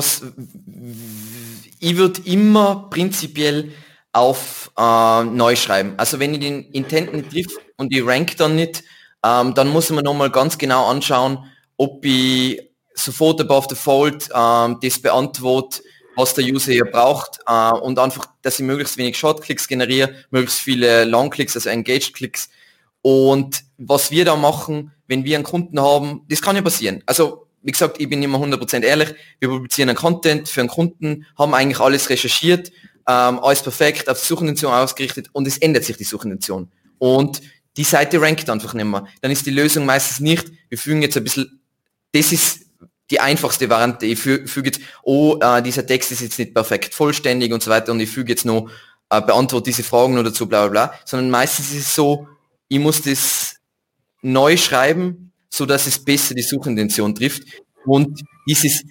ich würde immer prinzipiell auf neu schreiben. Also wenn ich den Intent nicht triff und ich rank dann nicht, dann muss man nochmal ganz genau anschauen, ob ich sofort above the fold das beantworte, was der User hier braucht, und einfach, dass ich möglichst wenig Shortklicks generiere, möglichst viele Longklicks, also Engaged Klicks. Und was wir da machen, wenn wir einen Kunden haben, das kann ja passieren. Also wie gesagt, ich bin immer 100% ehrlich, wir publizieren einen Content für einen Kunden, haben eigentlich alles recherchiert, alles perfekt, auf die Suchintention ausgerichtet, und es ändert sich die Suchintention. Und die Seite rankt einfach nicht mehr. Dann ist die Lösung meistens nicht, wir fügen jetzt ein bisschen, das ist die einfachste Variante, ich füge jetzt, dieser Text ist jetzt nicht perfekt vollständig und so weiter, und ich füge jetzt noch, beantworte diese Fragen oder dazu, bla bla bla, sondern meistens ist es so, ich muss das neu schreiben, so dass es besser die Suchintention trifft, und dieses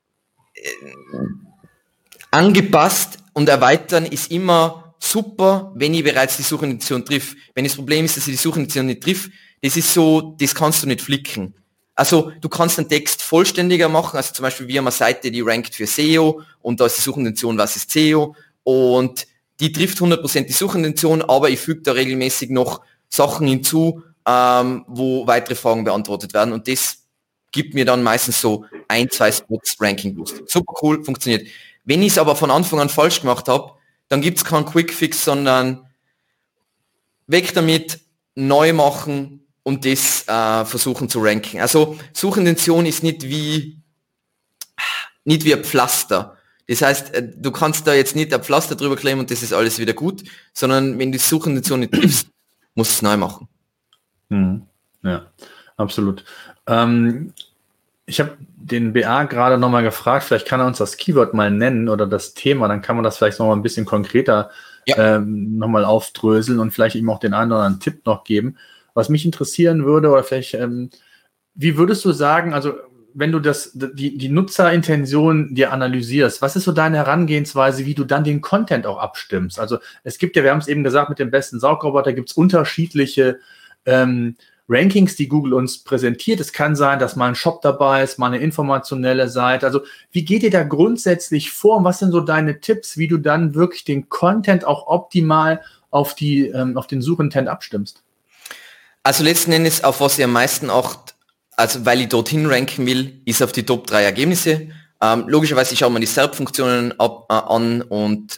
angepasst und erweitern ist immer super, wenn ich bereits die Suchintention triff. Wenn das Problem ist, dass ich die Suchintention nicht triff, das ist so, das kannst du nicht flicken. Also du kannst einen Text vollständiger machen, also zum Beispiel wir haben eine Seite, die rankt für SEO, und da ist die Suchintention, was ist SEO, und die trifft 100% die Suchintention, aber ich füge da regelmäßig noch Sachen hinzu, wo weitere Fragen beantwortet werden, und das gibt mir dann meistens so 1-2 Spots Ranking Boost. Super cool, funktioniert. Wenn ich es aber von Anfang an falsch gemacht habe, dann gibt es keinen Quickfix, sondern weg damit, neu machen und das versuchen zu ranken. Also Suchintention ist nicht wie ein Pflaster. Das heißt, du kannst da jetzt nicht ein Pflaster drüber kleben und das ist alles wieder gut, sondern wenn du die Suchintention nicht triffst, musst du es neu machen. Ja, absolut. Ich habe den BA gerade nochmal gefragt, vielleicht kann er uns das Keyword mal nennen oder das Thema, dann kann man das vielleicht nochmal ein bisschen konkreter nochmal aufdröseln und vielleicht ihm auch den einen oder anderen Tipp noch geben. Was mich interessieren würde, oder vielleicht, wie würdest du sagen, also wenn du die Nutzerintention dir analysierst, was ist so deine Herangehensweise, wie du dann den Content auch abstimmst? Also es gibt ja, wir haben es eben gesagt, mit dem besten Saugroboter gibt es unterschiedliche Rankings, die Google uns präsentiert. Es kann sein, dass mal ein Shop dabei ist, mal eine informationelle Seite. Also wie geht ihr da grundsätzlich vor und was sind so deine Tipps, wie du dann wirklich den Content auch optimal auf den Suchintent abstimmst? Also letzten Endes, auf was ich am meisten achte, also weil ich dorthin ranken will, ist auf die Top 3 Ergebnisse. Logischerweise schaut man die SERP-Funktionen an und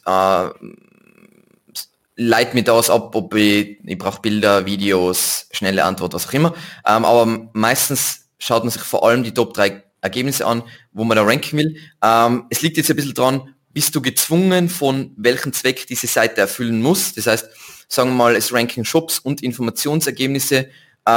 leitet mir das ab, ob ich brauche Bilder, Videos, schnelle Antwort, was auch immer. Aber meistens schaut man sich vor allem die Top 3 Ergebnisse an, wo man da ranken will. Es liegt jetzt ein bisschen dran, bist du gezwungen, von welchem Zweck diese Seite erfüllen muss. Das heißt, sagen wir mal, es ranken Shops und Informationsergebnisse.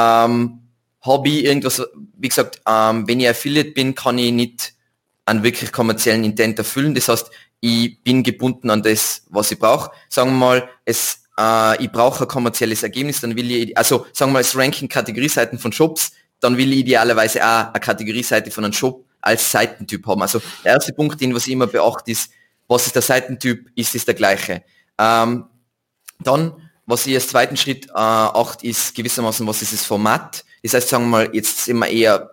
Habe ich irgendwas, wie gesagt, wenn ich Affiliate bin, kann ich nicht einen wirklich kommerziellen Intent erfüllen. Das heißt, ich bin gebunden an das, was ich brauche. Sagen wir mal, ich brauche ein kommerzielles Ergebnis, dann will ich, also sagen wir mal, es ranken Kategorieseiten von Shops, dann will ich idealerweise auch eine Kategorieseite von einem Shop als Seitentyp haben. Also der erste Punkt, den was ich immer beachte, ist, was ist der Seitentyp, ist es der gleiche. Dann, was ich als zweiten Schritt achte, ist gewissermaßen, was ist das Format. Das heißt, sagen wir mal, jetzt sind wir eher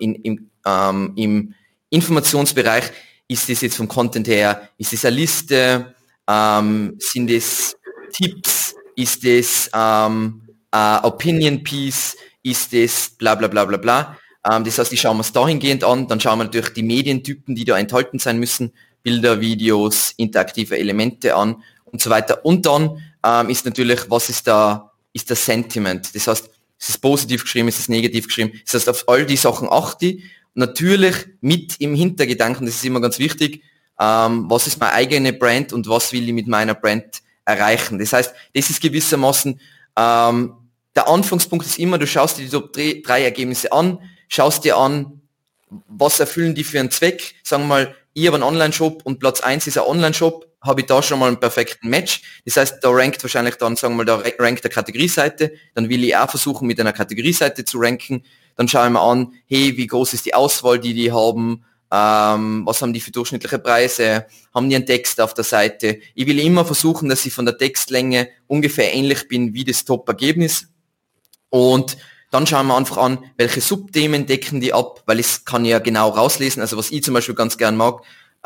im Informationsbereich, ist das jetzt vom Content her, ist das eine Liste, sind das Tipps, ist das Opinion Piece, ist das bla bla bla bla bla. Das heißt, die schauen wir uns dahingehend an, dann schauen wir natürlich die Medientypen, die da enthalten sein müssen, Bilder, Videos, interaktive Elemente an und so weiter. Und dann ist natürlich, was ist der Sentiment. Das heißt, ist es positiv geschrieben, ist es negativ geschrieben. Das heißt, auf all die Sachen achte ich. Natürlich mit im Hintergedanken, das ist immer ganz wichtig, was ist meine eigene Brand und was will ich mit meiner Brand erreichen. Das heißt, das ist gewissermaßen, der Anfangspunkt ist immer, du schaust dir die Top 3 Ergebnisse an, schaust dir an, was erfüllen die für einen Zweck. Sagen wir mal, ich habe einen Online-Shop und Platz 1 ist ein Online-Shop, habe ich da schon mal einen perfekten Match. Das heißt, da rankt wahrscheinlich dann, sagen wir mal, da rankt der Kategorieseite, dann will ich auch versuchen, mit einer Kategorieseite zu ranken. Dann schaue ich mir an, hey, wie groß ist die Auswahl, die haben, was haben die für durchschnittliche Preise, haben die einen Text auf der Seite. Ich will immer versuchen, dass ich von der Textlänge ungefähr ähnlich bin wie das Top-Ergebnis. Und dann schauen wir einfach an, welche Subthemen decken die ab, weil ich kann ja genau rauslesen. Also was ich zum Beispiel ganz gern mag,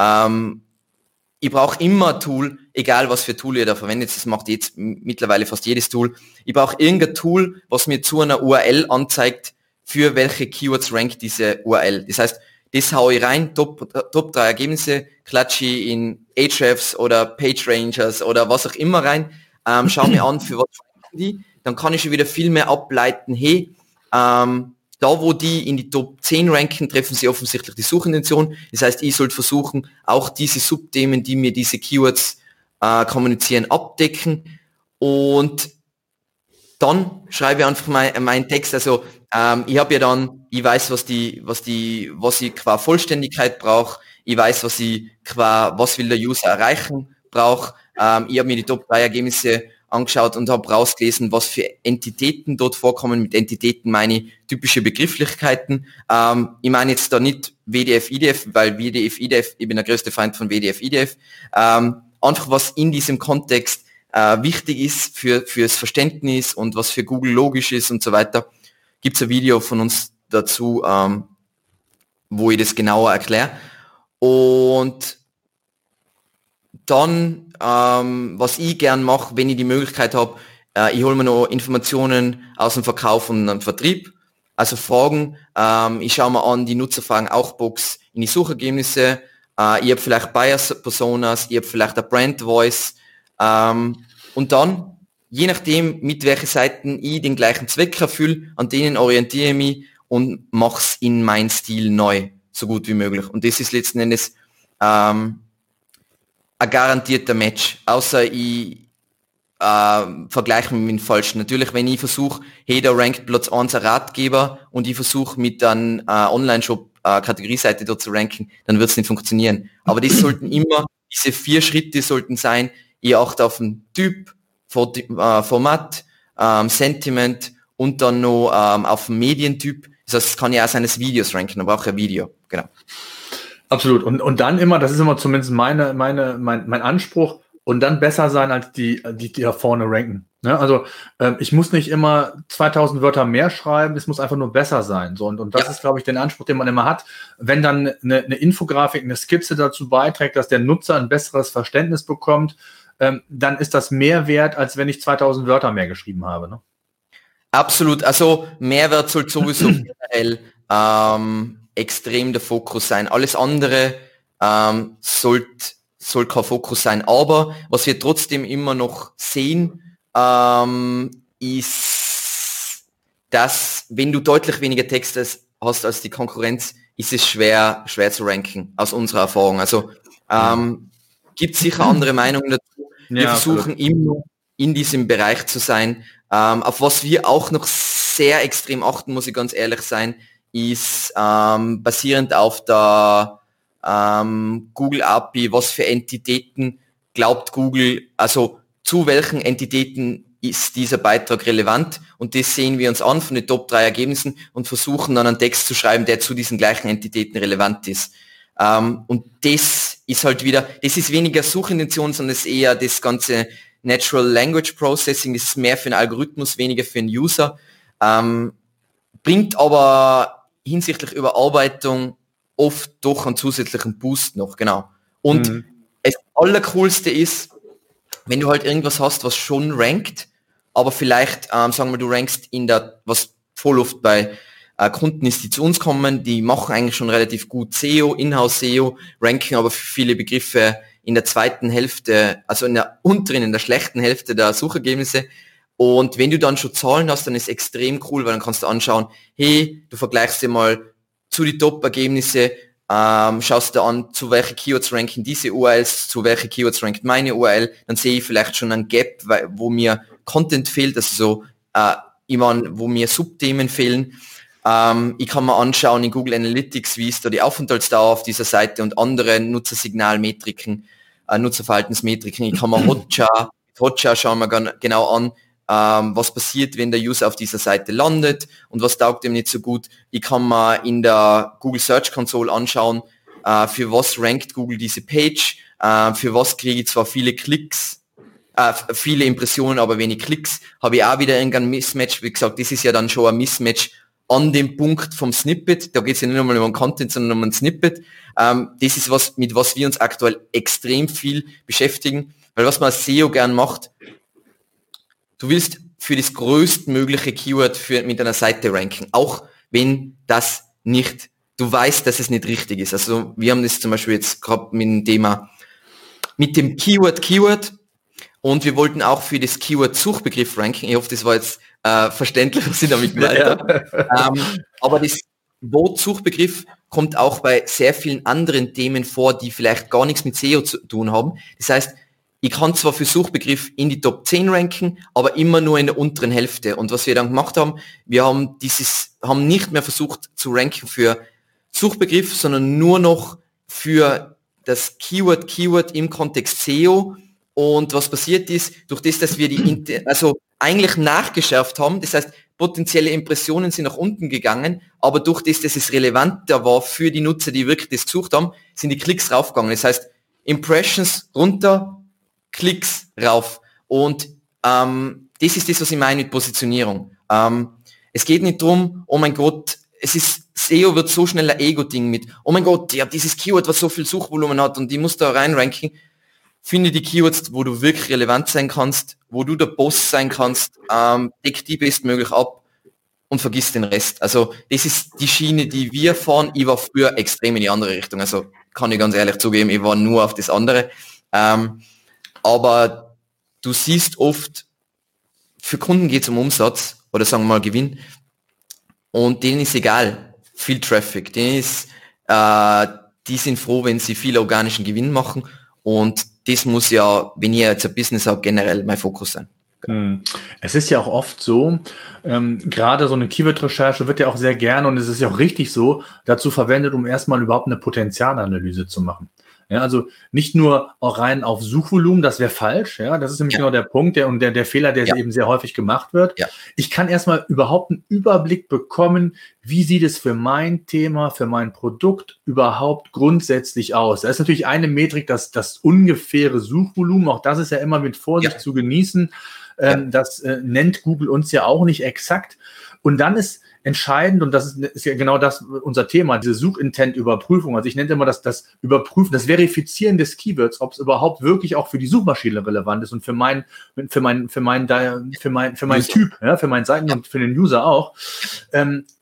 ich brauche immer ein Tool, egal was für Tool ihr da verwendet, das macht jetzt mittlerweile fast jedes Tool. Ich brauche irgendein Tool, was mir zu einer URL anzeigt, für welche Keywords rankt diese URL. Das heißt, das haue ich rein, Top 3 Ergebnisse, klatsche ich in Ahrefs oder PageRangers oder was auch immer rein, schaue mir an, für was ranken die, dann kann ich schon wieder viel mehr ableiten, hey, da wo die in die Top 10 ranken, treffen sie offensichtlich die Suchintention. Das heißt, ich sollte versuchen, auch diese Subthemen, die mir diese Keywords kommunizieren, abdecken. Und dann schreibe ich einfach meinen Text. Also ich habe ja dann, ich weiß, was ich qua Vollständigkeit brauche. Ich weiß, was will der User erreichen brauche. Ich habe mir die Top 3 Ergebnisse angeschaut und habe rausgelesen, was für Entitäten dort vorkommen. Mit Entitäten meine ich typische Begrifflichkeiten. Ich meine jetzt da nicht WDF, IDF, weil WDF, IDF, ich bin der größte Feind von WDF, IDF. Einfach was in diesem Kontext wichtig ist fürs Verständnis und was für Google logisch ist und so weiter. Gibt's ein Video von uns dazu, wo ich das genauer erkläre. Und dann, was ich gern mache, wenn ich die Möglichkeit habe, ich hole mir noch Informationen aus dem Verkauf und dem Vertrieb, also Fragen. Ich schaue mir an, die Nutzerfragen auch Box in die Suchergebnisse. Ich habe vielleicht Buyer-Personas, ich habe vielleicht ein Brand-Voice. Und dann, je nachdem, mit welchen Seiten ich den gleichen Zweck erfülle, an denen orientiere ich mich und mache es in meinen Stil neu, so gut wie möglich. Und das ist letzten Endes ein garantierter Match, außer ich vergleiche mich mit dem Falschen. Natürlich, wenn ich versuche, hey, da rankt Platz 1 ein Ratgeber und ich versuche mit einem Online-Shop Kategorieseite dort zu ranken, dann wird es nicht funktionieren. Aber das sollten immer, diese 4 Schritte sollten sein, ich achte auf den Typ, Format, Sentiment und dann noch auf den Medientyp. Das heißt, es kann ja auch seines Videos ranken, dann brauche ich ein Video, genau. Absolut. Und dann immer, das ist immer zumindest mein Anspruch, und dann besser sein als die da vorne ranken. Ne? Also ich muss nicht immer 2000 Wörter mehr schreiben, es muss einfach nur besser sein. So, und das ist, glaube ich, der Anspruch, den man immer hat. Wenn dann eine Infografik, eine Skizze dazu beiträgt, dass der Nutzer ein besseres Verständnis bekommt, dann ist das mehr wert, als wenn ich 2000 Wörter mehr geschrieben habe. Ne? Absolut. Also Mehrwert soll sowieso generell extrem der Fokus sein. Alles andere soll kein Fokus sein. Aber was wir trotzdem immer noch sehen, ist, dass wenn du deutlich weniger Texte hast als die Konkurrenz, ist es schwer zu ranken, aus unserer Erfahrung. Also gibt sicher andere Meinungen dazu. Wir versuchen immer in diesem Bereich zu sein. Auf was wir auch noch sehr extrem achten, muss ich ganz ehrlich sein, ist basierend auf der Google API, was für Entitäten glaubt Google, also zu welchen Entitäten ist dieser Beitrag relevant, und das sehen wir uns an von den Top 3 Ergebnissen und versuchen dann einen Text zu schreiben, der zu diesen gleichen Entitäten relevant ist. Und das ist halt wieder, das ist weniger Suchintention, sondern das ist eher das ganze Natural Language Processing, das ist mehr für einen Algorithmus, weniger für einen User, bringt aber hinsichtlich Überarbeitung oft doch einen zusätzlichen Boost noch, genau. Und das Allercoolste ist, wenn du halt irgendwas hast, was schon rankt, aber vielleicht, sagen wir, du rankst was voll oft bei Kunden ist, die zu uns kommen, die machen eigentlich schon relativ gut SEO, Inhouse-SEO, ranken aber für viele Begriffe in der zweiten Hälfte, also in der schlechten Hälfte der Suchergebnisse. Und wenn du dann schon Zahlen hast, dann ist extrem cool, weil dann kannst du anschauen, hey, du vergleichst dir mal zu die Top-Ergebnisse, schaust du an, zu welche Keywords ranken diese URLs, zu welche Keywords rankt meine URL, dann sehe ich vielleicht schon ein Gap, wo mir Content fehlt, also so, wo mir Subthemen fehlen. Ich kann mir anschauen in Google Analytics, wie ist da die Aufenthaltsdauer auf dieser Seite und andere Nutzersignalmetriken, Nutzerverhaltensmetriken. Ich kann mir Hotjar schauen wir genau an, was passiert, wenn der User auf dieser Seite landet und was taugt ihm nicht so gut. Ich kann mir in der Google Search Console anschauen, für was rankt Google diese Page, für was kriege ich zwar viele Klicks, viele Impressionen, aber wenig Klicks, habe ich auch wieder irgendein Mismatch. Wie gesagt, das ist ja dann schon ein Mismatch an dem Punkt vom Snippet. Da geht es ja nicht einmal um den Content, sondern um ein Snippet. Das ist mit was wir uns aktuell extrem viel beschäftigen, weil was man als SEO gern macht, du willst für das größtmögliche Keyword mit einer Seite ranken, auch wenn das nicht, du weißt, dass es nicht richtig ist. Also wir haben das zum Beispiel jetzt gerade mit dem Thema, mit dem Keyword und wir wollten auch für das Keyword Suchbegriff ranken. Ich hoffe, das war jetzt verständlich, was ich damit weiter. Aber das Wort Suchbegriff kommt auch bei sehr vielen anderen Themen vor, die vielleicht gar nichts mit SEO zu tun haben. Das heißt, ich kann zwar für Suchbegriff in die Top 10 ranken, aber immer nur in der unteren Hälfte. Und was wir dann gemacht haben, wir haben nicht mehr versucht zu ranken für Suchbegriff, sondern nur noch für das Keyword im Kontext SEO. Und was passiert ist, durch das, dass wir eigentlich nachgeschärft haben, das heißt, potenzielle Impressionen sind nach unten gegangen, aber durch das, dass es relevanter war für die Nutzer, die wirklich das gesucht haben, sind die Klicks raufgegangen. Das heißt, Impressions runter, Klicks rauf. Und das ist das, was ich meine mit Positionierung. Es geht nicht drum, oh mein Gott, SEO wird so schnell ein Ego-Ding mit, oh mein Gott, ich habe dieses Keyword, was so viel Suchvolumen hat und ich muss da reinranken. Finde die Keywords, wo du wirklich relevant sein kannst, wo du der Boss sein kannst, deck die bestmöglich ab und vergiss den Rest. Also das ist die Schiene, die wir fahren. Ich war früher extrem in die andere Richtung, also kann ich ganz ehrlich zugeben, ich war nur auf das andere. Aber du siehst oft, für Kunden geht es um Umsatz oder sagen wir mal Gewinn und denen ist egal, viel Traffic, die sind froh, wenn sie viel organischen Gewinn machen und das muss ja, wenn ihr jetzt ein Business habt, generell mein Fokus sein. Es ist ja auch oft so, gerade so eine Keyword-Recherche wird ja auch sehr gerne, und es ist ja auch richtig so, dazu verwendet, um erstmal überhaupt eine Potenzialanalyse zu machen. Ja, also nicht nur auch rein auf Suchvolumen, das wäre falsch. Ja, das ist nämlich genau der Punkt, der Fehler, der eben sehr häufig gemacht wird. Ja. Ich kann erstmal überhaupt einen Überblick bekommen, wie sieht es für mein Thema, für mein Produkt überhaupt grundsätzlich aus. Da ist natürlich eine Metrik, das ungefähre Suchvolumen. Auch das ist ja immer mit Vorsicht zu genießen. Das nennt Google uns ja auch nicht exakt. Und dann ist entscheidend, und das ist ja genau das unser Thema, diese Suchintent-Überprüfung. Also ich nenne immer das Überprüfen, das Verifizieren des Keywords, ob es überhaupt wirklich auch für die Suchmaschine relevant ist und für meinen Typ, ja, für meinen Seiten und für den User auch.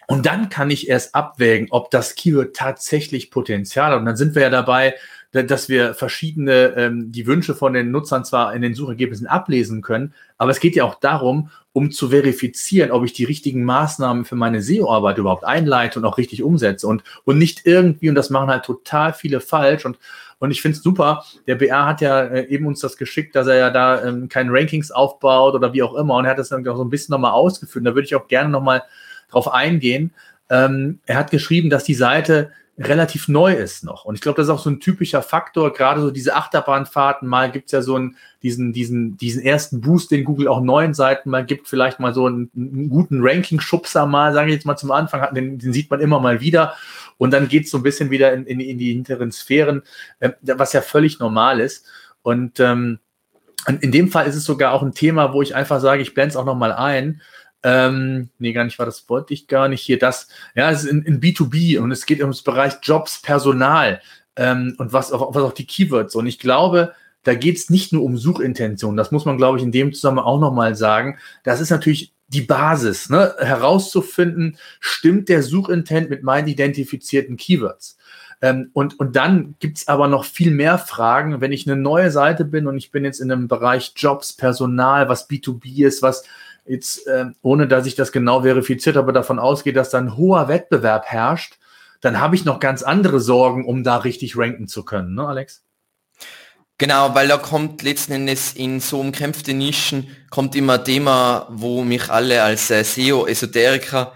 Und dann kann ich erst abwägen, ob das Keyword tatsächlich Potenzial hat. Und dann sind wir ja dabei, dass wir verschiedene, die Wünsche von den Nutzern zwar in den Suchergebnissen ablesen können, aber es geht ja auch darum, um zu verifizieren, ob ich die richtigen Maßnahmen für meine SEO-Arbeit überhaupt einleite und auch richtig umsetze und nicht irgendwie, und das machen halt total viele falsch, und ich finde es super, der BR hat ja eben uns das geschickt, dass er ja da keine Rankings aufbaut oder wie auch immer, und er hat das dann auch so ein bisschen nochmal ausgeführt, da würde ich auch gerne nochmal drauf eingehen. Er hat geschrieben, dass die Seite relativ neu ist noch. Und ich glaube, das ist auch so ein typischer Faktor, gerade so diese Achterbahnfahrten, mal gibt es ja so diesen ersten Boost, den Google auch neuen Seiten mal gibt, vielleicht mal so einen guten Ranking-Schubser mal, sage ich jetzt mal zum Anfang, den sieht man immer mal wieder. Und dann geht es so ein bisschen wieder in die hinteren Sphären, was ja völlig normal ist. Und in dem Fall ist es sogar auch ein Thema, wo ich einfach sage, ich blende es auch nochmal ein. Nee, gar nicht, das wollte ich gar nicht hier. Es ist in B2B und es geht ums Bereich Jobs, Personal und was auch die Keywords. Und ich glaube, da geht es nicht nur um Suchintention. Das muss man, glaube ich, in dem Zusammenhang auch nochmal sagen. Das ist natürlich die Basis, ne? Herauszufinden, stimmt der Suchintent mit meinen identifizierten Keywords? Und dann gibt es aber noch viel mehr Fragen, wenn ich eine neue Seite bin und ich bin jetzt in einem Bereich Jobs, Personal, was B2B ist, was jetzt, ohne dass ich das genau verifiziert habe, davon ausgeht, dass da ein hoher Wettbewerb herrscht, dann habe ich noch ganz andere Sorgen, um da richtig ranken zu können, ne, Alex? Genau, weil da kommt letzten Endes in so umkämpfte Nischen, kommt immer ein Thema, wo mich alle als SEO-Esoteriker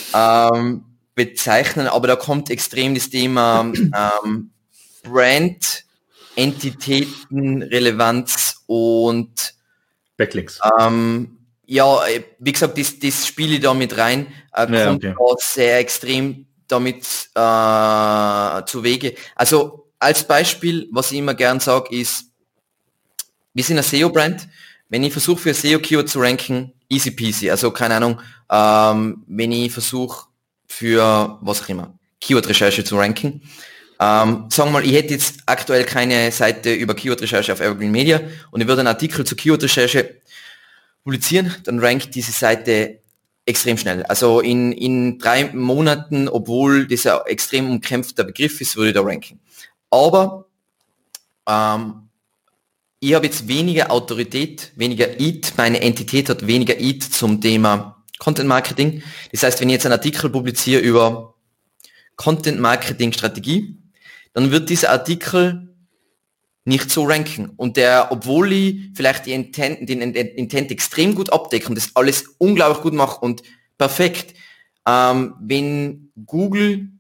bezeichnen, aber da kommt extrem das Thema Brand, Entitäten, Relevanz und Backlinks. Ja, wie gesagt, das spiele ich da mit rein, kommt da sehr extrem damit zu Wege. Also als Beispiel, was ich immer gern sage, ist, wir sind ein SEO-Brand. Wenn ich versuche für ein SEO-Keyword zu ranken, easy peasy. Also keine Ahnung, wenn ich versuche für was auch immer, Keyword-Recherche zu ranken. Sagen wir mal, ich hätte jetzt aktuell keine Seite über Keyword-Recherche auf Evergreen Media und ich würde einen Artikel zur Keyword-Recherche publizieren, dann rankt diese Seite extrem schnell. Also in 3 Monaten, obwohl das ein extrem umkämpfter Begriff ist, würde ich da ranken. Aber ich habe jetzt weniger Autorität, weniger EAT, meine Entität hat weniger EAT zum Thema Content Marketing. Das heißt, wenn ich jetzt einen Artikel publiziere über Content Marketing Strategie, dann wird dieser Artikel nicht so ranken. Und obwohl ich vielleicht den Intent extrem gut abdecke und das alles unglaublich gut mache und perfekt, wenn Google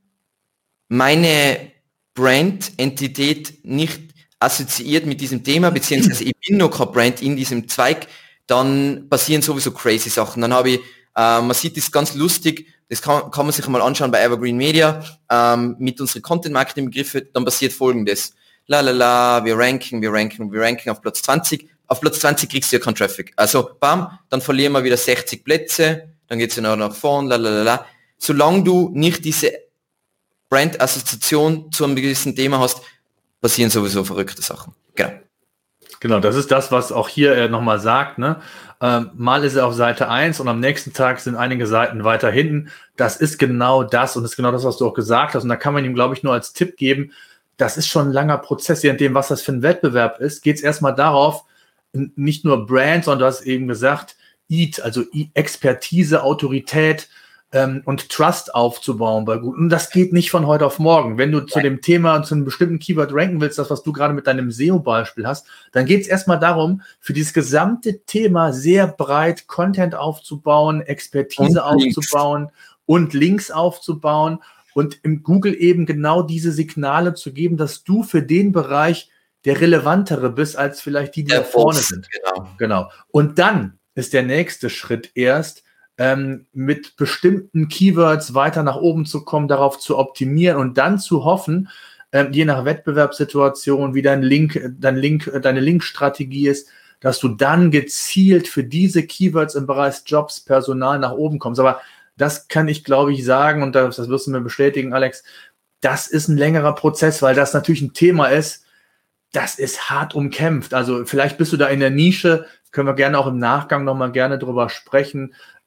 meine Brand-Entität nicht assoziiert mit diesem Thema, beziehungsweise ich bin noch kein Brand in diesem Zweig, dann passieren sowieso crazy Sachen. Dann habe ich, man sieht das ganz lustig, das kann man sich mal anschauen bei Evergreen Media, mit unseren Content-Marketing-Begriffe, dann passiert Folgendes. Wir ranken auf Platz 20. Auf Platz 20 kriegst du ja keinen Traffic. Also, bam, dann verlieren wir wieder 60 Plätze, dann geht's ja noch nach vorn, Solange du nicht diese Brand-Assoziation zu einem gewissen Thema hast, passieren sowieso verrückte Sachen. Genau, das ist das, was auch hier nochmal sagt, ne? Mal ist er auf Seite 1 und am nächsten Tag sind einige Seiten weiter hinten. Das ist genau das und das ist genau das, was du auch gesagt hast. Und da kann man ihm, glaube ich, nur als Tipp geben, das ist schon ein langer Prozess, je nachdem, was das für ein Wettbewerb ist, geht es erstmal darauf, nicht nur Brand, sondern du hast eben gesagt, EAT, also Expertise, Autorität und Trust aufzubauen bei Google. Und das geht nicht von heute auf morgen. Wenn du zu dem Thema und zu einem bestimmten Keyword ranken willst, das, was du gerade mit deinem SEO-Beispiel hast, dann geht es erstmal darum, für dieses gesamte Thema sehr breit Content aufzubauen, Expertise aufzubauen und Links aufzubauen. Und im Google eben genau diese Signale zu geben, dass du für den Bereich der relevantere bist, als vielleicht die da vorne sind. Genau. Und dann ist der nächste Schritt erst, mit bestimmten Keywords weiter nach oben zu kommen, darauf zu optimieren und dann zu hoffen, je nach Wettbewerbssituation, wie deine Linkstrategie ist, dass du dann gezielt für diese Keywords im Bereich Jobs, Personal nach oben kommst. Aber das kann ich, glaube ich, sagen, und das wirst du mir bestätigen, Alex, das ist ein längerer Prozess, weil das natürlich ein Thema ist, das ist hart umkämpft. Also vielleicht bist du da in der Nische, können wir gerne auch im Nachgang nochmal gerne drüber sprechen.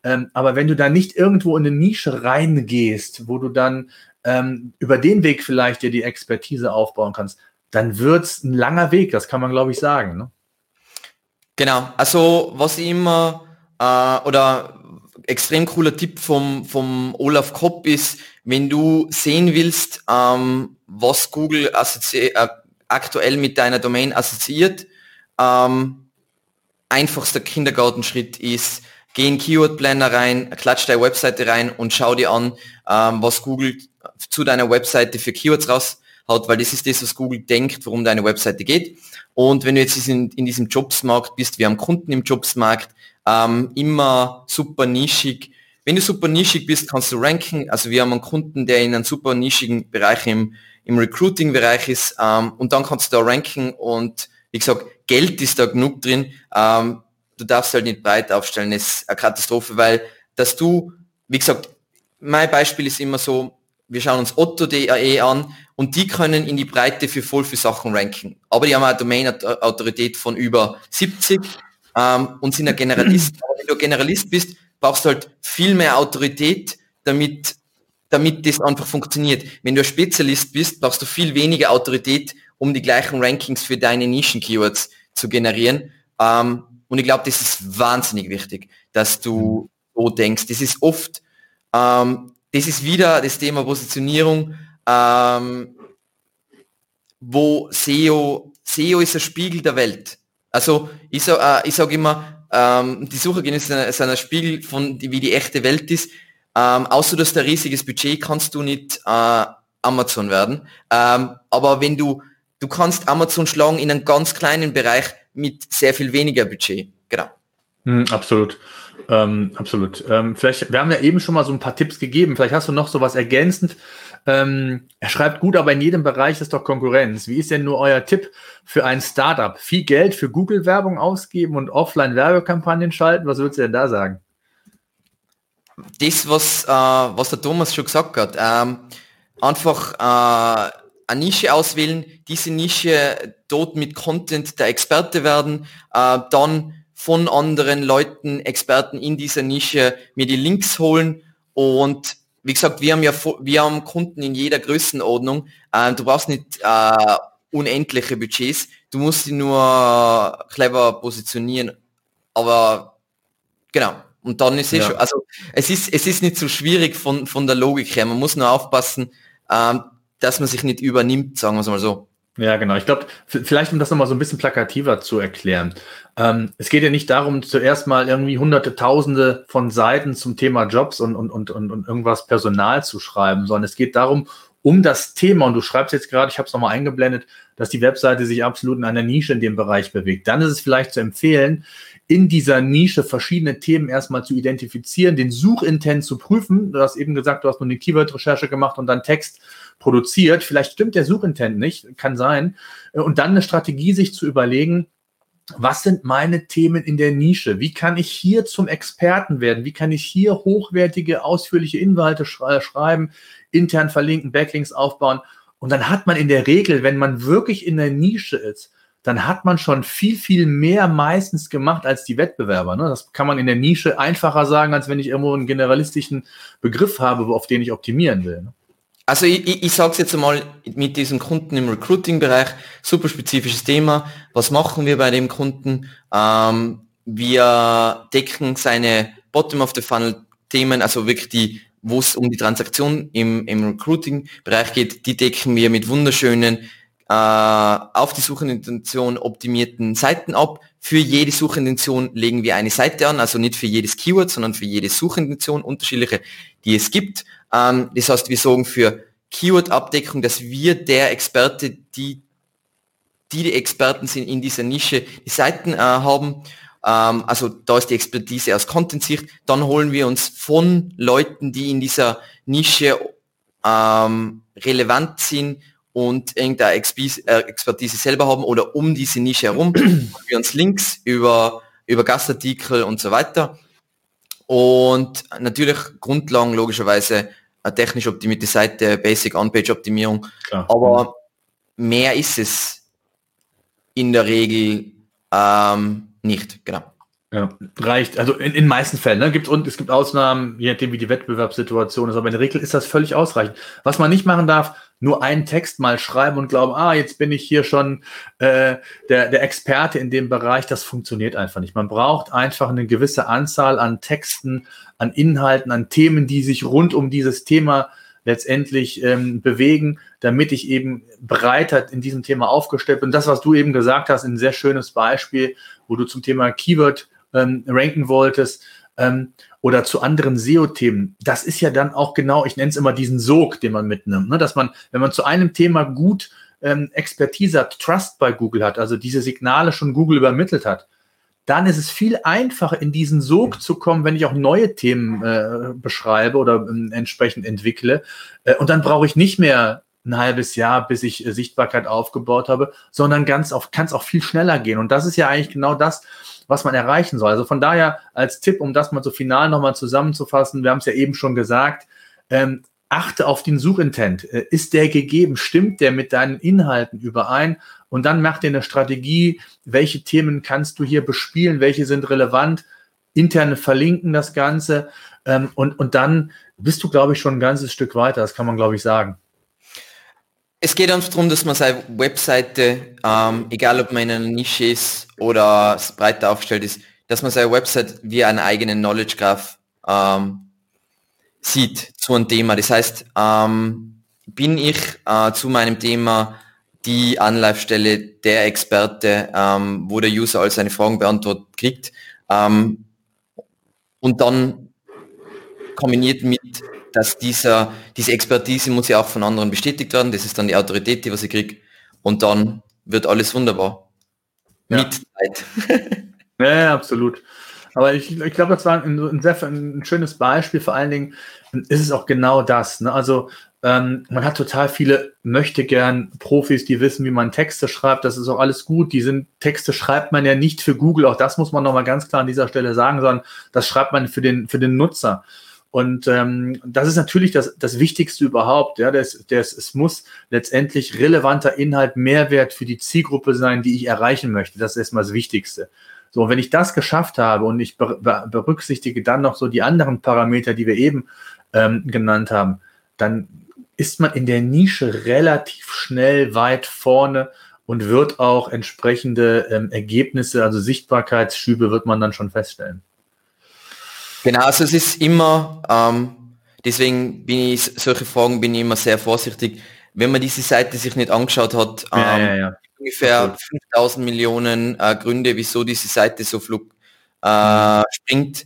Aber wenn du da nicht irgendwo in eine Nische reingehst, wo du dann über den Weg vielleicht dir die Expertise aufbauen kannst, dann wird es ein langer Weg, das kann man, glaube ich, sagen. Ne? Genau, also was ich immer, oder extrem cooler Tipp vom Olaf Kopp ist, wenn du sehen willst, was Google aktuell mit deiner Domain assoziiert, einfachster Kindergartenschritt ist, geh in Keyword Planner rein, klatsch deine Webseite rein und schau dir an, was Google zu deiner Webseite für Keywords raushaut, weil das ist das, was Google denkt, worum deine Webseite geht. Und wenn du jetzt in diesem Jobsmarkt bist, wir haben Kunden im Jobsmarkt, immer super nischig. Wenn du super nischig bist, kannst du ranken. Also wir haben einen Kunden, der in einem super nischigen Bereich im Recruiting-Bereich ist, und dann kannst du da ranken und wie gesagt, Geld ist da genug drin. Du darfst halt nicht breit aufstellen, das ist eine Katastrophe, weil wie gesagt, mein Beispiel ist immer so, wir schauen uns Otto.de an und die können in die Breite für voll viele Sachen ranken. Aber die haben eine Domain-Autorität von über 70 und sind ein Generalist. Aber wenn du Generalist bist, brauchst du halt viel mehr Autorität, damit das einfach funktioniert. Wenn du ein Spezialist bist, brauchst du viel weniger Autorität, um die gleichen Rankings für deine Nischen-Keywords zu generieren. Und ich glaube, das ist wahnsinnig wichtig, dass du so denkst. Das ist oft, das ist wieder das Thema Positionierung, wo SEO ist ein Spiegel der Welt. Also ich sag immer, die Suchergebnisse sind ein Spiegel wie die echte Welt ist. Außer du hast ein riesiges Budget, kannst du nicht Amazon werden. Aber wenn du kannst Amazon schlagen in einem ganz kleinen Bereich mit sehr viel weniger Budget. Genau. Absolut. Absolut. Wir haben ja eben schon mal so ein paar Tipps gegeben. Vielleicht hast du noch so was ergänzend. Er schreibt gut, aber in jedem Bereich ist doch Konkurrenz. Wie ist denn nur euer Tipp für ein Startup? Viel Geld für Google-Werbung ausgeben und Offline-Werbekampagnen schalten? Was würdest du denn da sagen? Das, was der Thomas schon gesagt hat. Einfach eine Nische auswählen, diese Nische dort mit Content der Experte werden, dann von anderen Leuten, Experten in dieser Nische, mir die Links holen und wie gesagt, wir haben Kunden in jeder Größenordnung. Du brauchst nicht unendliche Budgets, du musst sie nur clever positionieren, aber genau. Und dann ist schon, also es ist nicht so schwierig von der Logik her, man muss nur aufpassen, dass man sich nicht übernimmt, sagen wir es mal so. Ja, genau. Ich glaube, vielleicht um das nochmal so ein bisschen plakativer zu erklären. Es geht ja nicht darum, zuerst mal irgendwie hunderte, tausende von Seiten zum Thema Jobs und irgendwas Personal zu schreiben, sondern es geht darum, um das Thema, und du schreibst jetzt gerade, ich habe es nochmal eingeblendet, dass die Webseite sich absolut in einer Nische in dem Bereich bewegt. Dann ist es vielleicht zu empfehlen, in dieser Nische verschiedene Themen erstmal zu identifizieren, den Suchintent zu prüfen. Du hast eben gesagt, du hast nur eine Keyword-Recherche gemacht und dann Text produziert. Vielleicht stimmt der Suchintent nicht, kann sein. Und dann eine Strategie sich zu überlegen, was sind meine Themen in der Nische? Wie kann ich hier zum Experten werden? Wie kann ich hier hochwertige, ausführliche Inhalte schreiben, intern verlinken, Backlinks aufbauen? Und dann hat man in der Regel, wenn man wirklich in der Nische ist, dann hat man schon viel, viel mehr meistens gemacht als die Wettbewerber. Ne? Das kann man in der Nische einfacher sagen, als wenn ich irgendwo einen generalistischen Begriff habe, auf den ich optimieren will. Ne? Also ich sage es jetzt einmal mit diesem Kunden im Recruiting-Bereich, super spezifisches Thema. Was machen wir bei dem Kunden? Wir decken seine Bottom-of-the-Funnel-Themen, also wirklich wo es um die Transaktion im Recruiting-Bereich geht, die decken wir mit wunderschönen, auf die Suchintention optimierten Seiten ab. Für jede Suchintention legen wir eine Seite an, also nicht für jedes Keyword, sondern für jede Suchintention, unterschiedliche, die es gibt. Das heißt, wir sorgen für Keyword-Abdeckung, dass wir der Experte, die Experten sind in dieser Nische, die Seiten haben. Also da ist die Expertise aus Content-Sicht. Dann holen wir uns von Leuten, die in dieser Nische relevant sind und irgendeine Expertise selber haben oder um diese Nische herum, wir uns Links über Gastartikel und so weiter. Und natürlich Grundlagen logischerweise eine technisch optimierte Seite, Basic On-Page-Optimierung. Aber mehr ist es in der Regel nicht, genau. Ja, reicht. Also in den meisten Fällen. Ne? Es gibt Ausnahmen, je nachdem, wie die Wettbewerbssituation ist. Aber in der Regel ist das völlig ausreichend. Was man nicht machen darf, nur einen Text mal schreiben und glauben, jetzt bin ich hier schon der Experte in dem Bereich. Das funktioniert einfach nicht. Man braucht einfach eine gewisse Anzahl an Texten, an Inhalten, an Themen, die sich rund um dieses Thema letztendlich bewegen, damit ich eben breiter in diesem Thema aufgestellt bin. Und das, was du eben gesagt hast, ein sehr schönes Beispiel, wo du zum Thema Keyword ranken wolltest oder zu anderen SEO-Themen. Das ist ja dann auch genau, ich nenne es immer diesen Sog, den man mitnimmt, ne? Dass man, wenn man zu einem Thema gut Expertise hat, Trust bei Google hat, also diese Signale schon Google übermittelt hat, dann ist es viel einfacher, in diesen Sog zu kommen, wenn ich auch neue Themen beschreibe oder entsprechend entwickle. Und dann brauche ich nicht mehr ein halbes Jahr, bis ich Sichtbarkeit aufgebaut habe, sondern kann es auch viel schneller gehen. Und das ist ja eigentlich genau das, was man erreichen soll. Also von daher als Tipp, um das mal so final nochmal zusammenzufassen, wir haben es ja eben schon gesagt, achte auf den Suchintent. Ist der gegeben? Stimmt der mit deinen Inhalten überein? Und dann mach dir eine Strategie, welche Themen kannst du hier bespielen, welche sind relevant, interne verlinken das Ganze und dann bist du, glaube ich, schon ein ganzes Stück weiter. Das kann man, glaube ich, sagen. Es geht einfach darum, dass man seine Webseite, egal ob man in einer Nische ist oder breiter aufgestellt ist, dass man seine Website wie einen eigenen Knowledge Graph sieht zu einem Thema. Das heißt, bin ich zu meinem Thema die Anlaufstelle, der Experte, wo der User all seine Fragen beantwortet kriegt, und dann kombiniert mit, dass diese Expertise muss ja auch von anderen bestätigt werden, das ist dann die Autorität, die was ich kriege, und dann wird alles wunderbar. Ja. Mit Zeit. Ja, absolut. Aber ich glaube, das war ein schönes Beispiel. Vor allen Dingen ist es auch genau das. Ne? Also man hat total viele möchtegern Profis, die wissen, wie man Texte schreibt. Das ist auch alles gut. Texte schreibt man ja nicht für Google. Auch das muss man nochmal ganz klar an dieser Stelle sagen, sondern das schreibt man für den Nutzer. Und das ist natürlich das Wichtigste überhaupt. Ja, es muss letztendlich relevanter Inhalt, Mehrwert für die Zielgruppe sein, die ich erreichen möchte. Das ist erstmal das Wichtigste. So, wenn ich das geschafft habe und ich berücksichtige dann noch so die anderen Parameter, die wir eben genannt haben, dann ist man in der Nische relativ schnell weit vorne und wird auch entsprechende Ergebnisse, also Sichtbarkeitsschübe, wird man dann schon feststellen. Genau, also es ist immer, deswegen solche Fragen bin ich immer sehr vorsichtig. Wenn man diese Seite sich nicht angeschaut hat, ungefähr 5000 Millionen Gründe, wieso diese Seite so springt.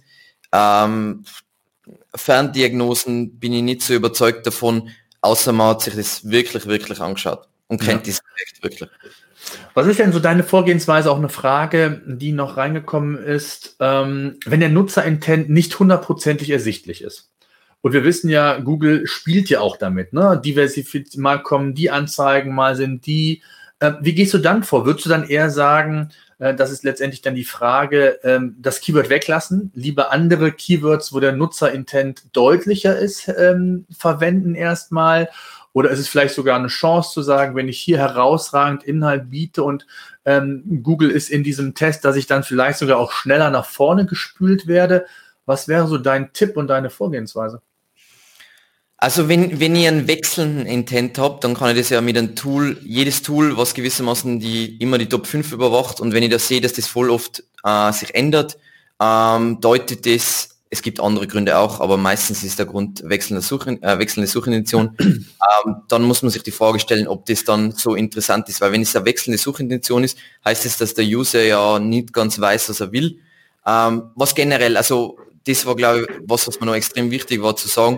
Ferndiagnosen bin ich nicht so überzeugt davon, außer man hat sich das wirklich, wirklich angeschaut und kennt dieses Projekt wirklich. Was ist denn so deine Vorgehensweise? Auch eine Frage, die noch reingekommen ist, wenn der Nutzerintent nicht hundertprozentig ersichtlich ist. Und wir wissen ja, Google spielt ja auch damit, ne? Diversifiziert, mal kommen die Anzeigen, mal sind die. Wie gehst du dann vor? Würdest du dann eher sagen, das ist letztendlich dann die Frage, das Keyword weglassen, lieber andere Keywords, wo der Nutzerintent deutlicher ist, verwenden erstmal? Oder ist es vielleicht sogar eine Chance zu sagen, wenn ich hier herausragend Inhalt biete und Google ist in diesem Test, dass ich dann vielleicht sogar auch schneller nach vorne gespült werde? Was wäre so dein Tipp und deine Vorgehensweise? Also wenn ich einen wechselnden Intent habe, dann kann ich das ja mit einem Tool, jedes Tool, was gewissermaßen immer die Top 5 überwacht, und wenn ich da sehe, dass das voll oft sich ändert, deutet das, es gibt andere Gründe auch, aber meistens ist der Grund wechselnde Suchintention, dann muss man sich die Frage stellen, ob das dann so interessant ist, weil wenn es eine wechselnde Suchintention ist, heißt es, dass der User ja nicht ganz weiß, was er will. Was generell, also das war, glaube ich, was mir noch extrem wichtig war zu sagen,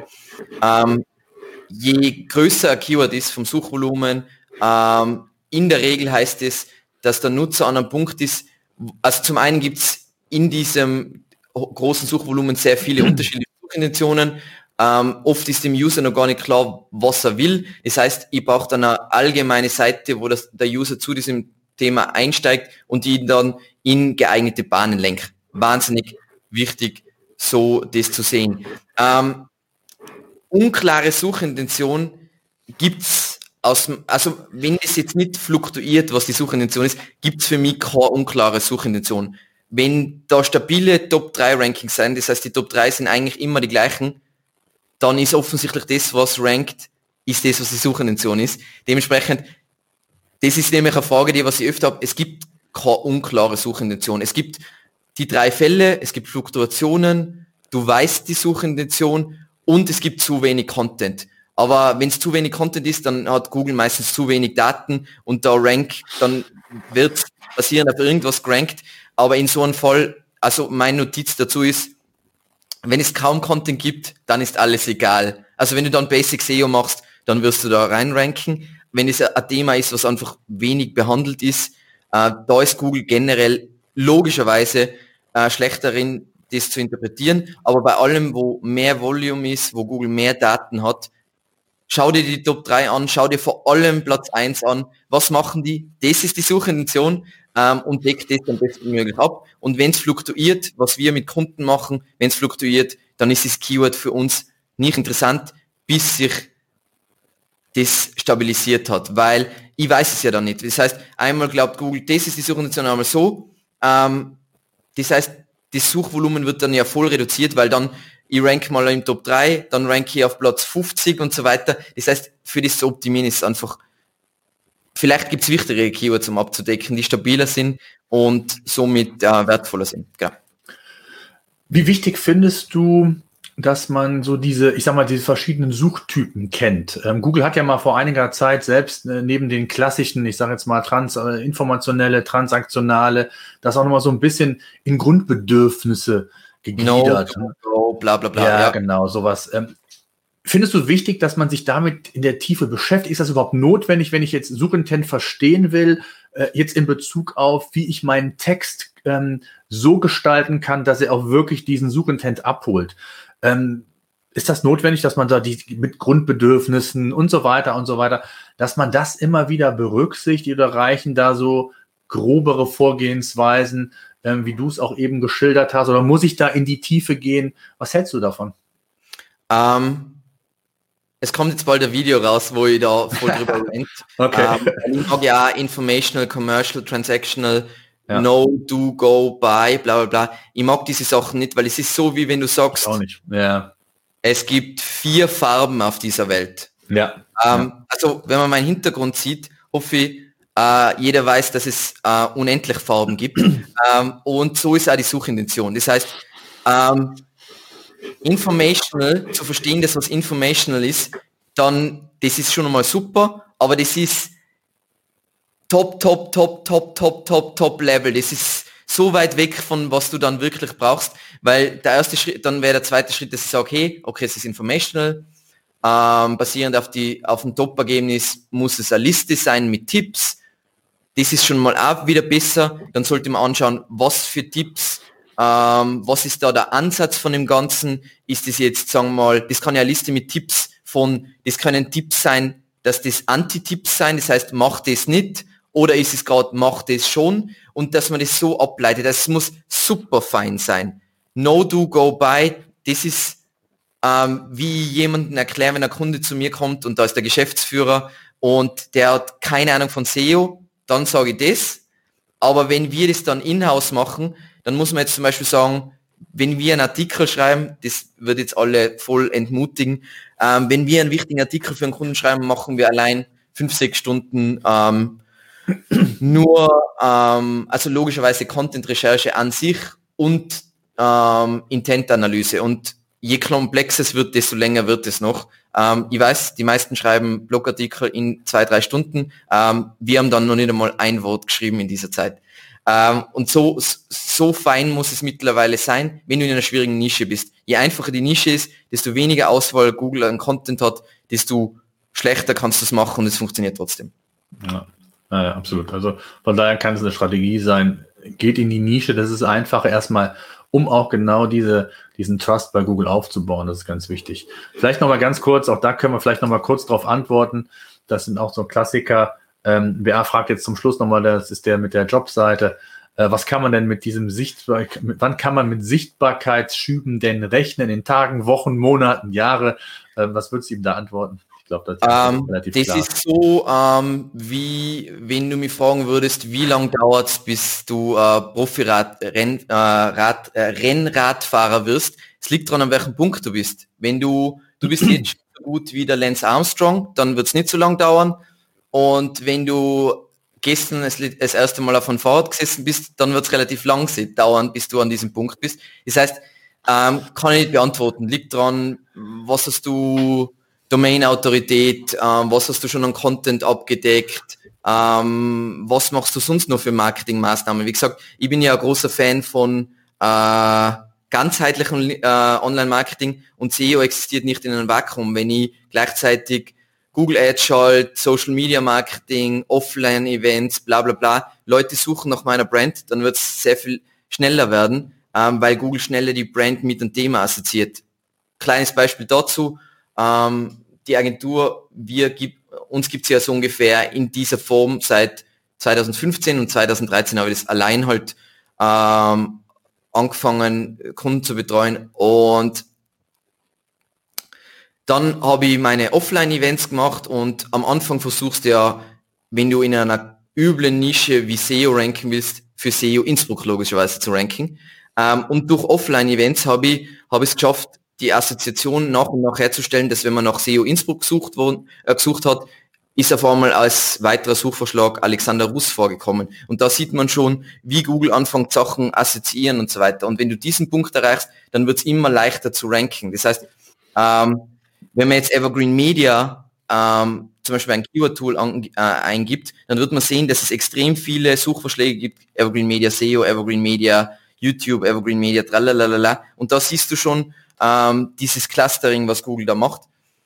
je größer ein Keyword ist vom Suchvolumen, in der Regel heißt es, dass der Nutzer an einem Punkt ist, also zum einen gibt es in diesem großen Suchvolumen sehr viele unterschiedliche Suchintentionen, oft ist dem User noch gar nicht klar, was er will, das heißt, ich brauche dann eine allgemeine Seite, wo der User zu diesem Thema einsteigt und die dann in geeignete Bahnen lenkt. Wahnsinnig wichtig, so das zu sehen. Unklare Suchintention gibt's also wenn es jetzt nicht fluktuiert, was die Suchintention ist, gibt's für mich keine unklare Suchintention. wenn da stabile Top-3-Rankings sind, das heißt, die Top 3 sind eigentlich immer die gleichen, dann ist offensichtlich das, was rankt, ist das, was die Suchintention ist. Dementsprechend, das ist nämlich eine Frage, was ich öfter habe, es gibt keine unklare Suchintention. Es gibt die 3 Fälle, es gibt Fluktuationen, du weißt die Suchintention und es gibt zu wenig Content. Aber wenn es zu wenig Content ist, dann hat Google meistens zu wenig Daten und da dann wird es basieren auf irgendwas gerankt. Aber in so einem Fall, also meine Notiz dazu ist, wenn es kaum Content gibt, dann ist alles egal. Also wenn du dann Basic SEO machst, dann wirst du da reinranken. Wenn es ein Thema ist, was einfach wenig behandelt ist, da ist Google generell logischerweise schlecht darin, das zu interpretieren. Aber bei allem, wo mehr Volume ist, wo Google mehr Daten hat, schau dir die Top 3 an, schau dir vor allem Platz 1 an. Was machen die? Das ist die Suchintention und deckt das am besten möglich ab. Und wenn es fluktuiert, was wir mit Kunden machen, wenn es fluktuiert, dann ist das Keyword für uns nicht interessant, bis sich das stabilisiert hat, weil ich weiß es ja dann nicht. Das heißt, einmal glaubt Google, das ist die Suchintention, einmal so. Das heißt, das Suchvolumen wird dann ja voll reduziert, weil dann ich rank mal im Top 3, dann rank ich auf Platz 50 und so weiter. Das heißt, für das zu optimieren ist es einfach, vielleicht gibt es wichtigere Keywords, um abzudecken, die stabiler sind und somit wertvoller sind. Genau. Wie wichtig findest du, dass man so diese verschiedenen Suchtypen kennt? Google hat ja mal vor einiger Zeit selbst neben den klassischen, ich sage jetzt mal informationelle, transaktionale, das auch nochmal so ein bisschen in Grundbedürfnisse gegliedert. Bla bla bla. Ja, genau, sowas. Findest du wichtig, dass man sich damit in der Tiefe beschäftigt? Ist das überhaupt notwendig, wenn ich jetzt Suchintent verstehen will, jetzt in Bezug auf, wie ich meinen Text so gestalten kann, dass er auch wirklich diesen Suchintent abholt? Ist das notwendig, dass man da mit Grundbedürfnissen und so weiter, dass man das immer wieder berücksichtigt, oder reichen da so grobere Vorgehensweisen, wie du es auch eben geschildert hast, oder muss ich da in die Tiefe gehen? Was hältst du davon? Es kommt jetzt bald ein Video raus, wo ich da voll drüber rede. Okay. Ich mag ja Informational, Commercial, Transactional, No, Do, Go, Buy, bla bla bla. Ich mag diese Sachen nicht, weil es ist so, wie wenn du sagst, auch nicht. Ja. Es gibt 4 Farben auf dieser Welt. Ja. Also wenn man meinen Hintergrund sieht, hoffe ich, jeder weiß, dass es unendlich Farben gibt. Und so ist auch die Suchintention. Das heißt, informational, zu verstehen, dass was informational ist, dann, das ist schon einmal super, aber das ist top Level. Das ist so weit weg von was du dann wirklich brauchst, weil der erste Schritt, dann wäre der zweite Schritt, dass ich sage, okay, es ist informational, basierend auf dem Top-Ergebnis muss es eine Liste sein mit Tipps. Das ist schon mal auch wieder besser. Dann sollte man anschauen, was für Tipps, was ist da der Ansatz von dem Ganzen? Ist das jetzt, sagen wir mal, das kann ja eine Liste mit Tipps das können Tipps sein, dass das Anti-Tipps sein, das heißt, mach das nicht, oder ist es gerade, mach das schon, und dass man das so ableitet, das muss super fein sein. No, do, go, buy, das ist, wie jemanden erklären, wenn ein Kunde zu mir kommt und da ist der Geschäftsführer und der hat keine Ahnung von SEO, dann sage ich das, aber wenn wir das dann in-house machen, dann muss man jetzt zum Beispiel sagen, wenn wir einen Artikel schreiben, das wird jetzt alle voll entmutigen, wenn wir einen wichtigen Artikel für einen Kunden schreiben, machen wir allein 5-6 Stunden also logischerweise Content-Recherche an sich und Intent-Analyse. Und je komplexer es wird, desto länger wird es noch. Ich weiß, die meisten schreiben Blogartikel in 2-3 Stunden. Wir haben dann noch nicht einmal ein Wort geschrieben in dieser Zeit. Und so fein muss es mittlerweile sein, wenn du in einer schwierigen Nische bist. Je einfacher die Nische ist, desto weniger Auswahl Google an Content hat, desto schlechter kannst du es machen und es funktioniert trotzdem. Ja, absolut. Also von daher kann es eine Strategie sein, geht in die Nische, das ist einfach erstmal, um auch genau diesen Trust bei Google aufzubauen, das ist ganz wichtig. Vielleicht nochmal ganz kurz, auch da können wir vielleicht nochmal kurz drauf antworten, das sind auch so Klassiker. BA fragt jetzt zum Schluss nochmal, das ist der mit der Jobseite, was kann man denn mit diesem wann kann man mit Sichtbarkeitsschüben denn rechnen, in Tagen, Wochen, Monaten, Jahre, was würdest du ihm da antworten? glaube, das ist relativ das klar. ist so, wie wenn du mich fragen würdest, wie lange dauert es, bis du Rennradfahrer wirst. Es liegt daran, an welchem Punkt du bist. Wenn du bist jetzt schon so gut wie der Lance Armstrong, dann wird es nicht so lang dauern. Und wenn du gestern das erste Mal auf einem Fahrrad gesessen bist, dann wird es relativ lang dauern, bis du an diesem Punkt bist. Das heißt, kann ich nicht beantworten. Liegt dran, was hast du, Domain-Autorität, was hast du schon an Content abgedeckt, was machst du sonst noch für Marketingmaßnahmen? Wie gesagt, ich bin ja ein großer Fan von ganzheitlichem Online-Marketing und SEO existiert nicht in einem Vakuum. Wenn ich gleichzeitig Google Ads schalte, Social Media Marketing, Offline-Events, bla bla bla, Leute suchen nach meiner Brand, dann wird es sehr viel schneller werden, weil Google schneller die Brand mit einem Thema assoziiert. Kleines Beispiel dazu, die Agentur, uns gibt es ja so ungefähr in dieser Form seit 2015 und 2013 habe ich das allein halt angefangen, Kunden zu betreuen und dann habe ich meine Offline-Events gemacht und am Anfang versuchst du ja, wenn du in einer üblen Nische wie SEO ranken willst, für SEO Innsbruck logischerweise zu ranken. Und durch Offline-Events habe ich es geschafft, die Assoziation nach und nach herzustellen, dass wenn man nach SEO Innsbruck gesucht hat, ist auf einmal als weiterer Suchvorschlag Alexander Russ vorgekommen. Und da sieht man schon, wie Google anfängt, Sachen assoziieren und so weiter. Und wenn du diesen Punkt erreichst, dann wird es immer leichter zu ranken. Das heißt, wenn man jetzt Evergreen Media zum Beispiel ein Keyword-Tool eingibt, dann wird man sehen, dass es extrem viele Suchvorschläge gibt. Evergreen Media SEO, Evergreen Media YouTube, Evergreen Media, tralalala. Und da siehst du schon dieses Clustering, was Google da macht.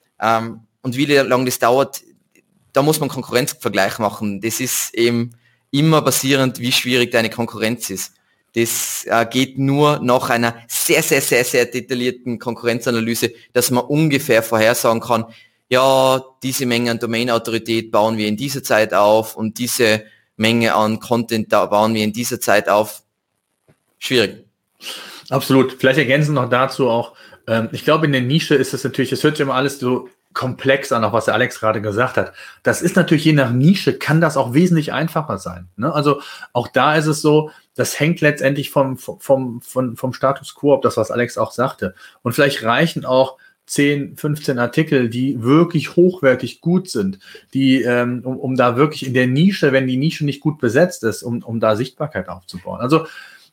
Und wie lange das dauert, da muss man Konkurrenzvergleich machen. Das ist eben immer basierend, wie schwierig deine Konkurrenz ist. Das geht nur nach einer sehr, sehr, sehr, sehr detaillierten Konkurrenzanalyse, dass man ungefähr vorhersagen kann, ja, diese Menge an Domain-Autorität bauen wir in dieser Zeit auf und diese Menge an Content da bauen wir in dieser Zeit auf. Schwierig. Absolut. Vielleicht ergänzen noch dazu auch, ich glaube, in der Nische ist es natürlich, es hört sich immer alles so komplex an, auch was der Alex gerade gesagt hat. Das ist natürlich je nach Nische, kann das auch wesentlich einfacher sein. Ne? Also auch da ist es so, das hängt letztendlich vom Status quo ab, das, was Alex auch sagte. Und vielleicht reichen auch 10, 15 Artikel, die wirklich hochwertig gut sind, die, um da wirklich in der Nische, wenn die Nische nicht gut besetzt ist, um da Sichtbarkeit aufzubauen. Also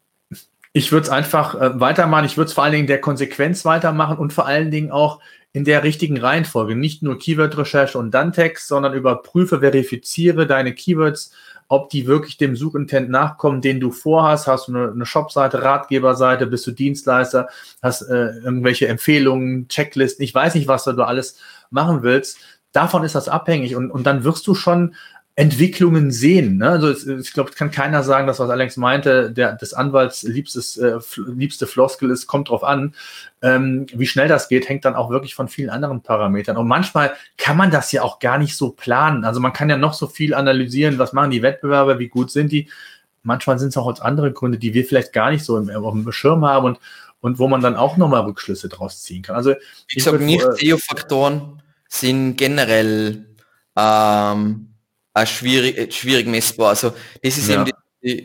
ich würde es einfach weitermachen. Ich würde es vor allen Dingen der Konsequenz weitermachen und vor allen Dingen auch in der richtigen Reihenfolge. Nicht nur Keyword-Recherche und dann Text, sondern überprüfe, verifiziere deine Keywords, ob die wirklich dem Suchintent nachkommen, den du vorhast. Hast du eine Shopseite, Ratgeberseite, bist du Dienstleister, hast irgendwelche Empfehlungen, Checklisten, ich weiß nicht, was du alles machen willst. Davon ist das abhängig und dann wirst du schon Entwicklungen sehen. Ne? Also ich glaube, kann keiner sagen, dass was Alex meinte, des Anwalts liebste Floskel ist, kommt drauf an. Wie schnell das geht, hängt dann auch wirklich von vielen anderen Parametern. Und manchmal kann man das ja auch gar nicht so planen. Also man kann ja noch so viel analysieren, was machen die Wettbewerber, wie gut sind die. Manchmal sind es auch aus anderen Gründe, die wir vielleicht gar nicht so auf dem Schirm haben und wo man dann auch nochmal Rückschlüsse draus ziehen kann. Also ich sage, Nicht-SEO-Faktoren sind generell schwierig messbar. Also das ist eben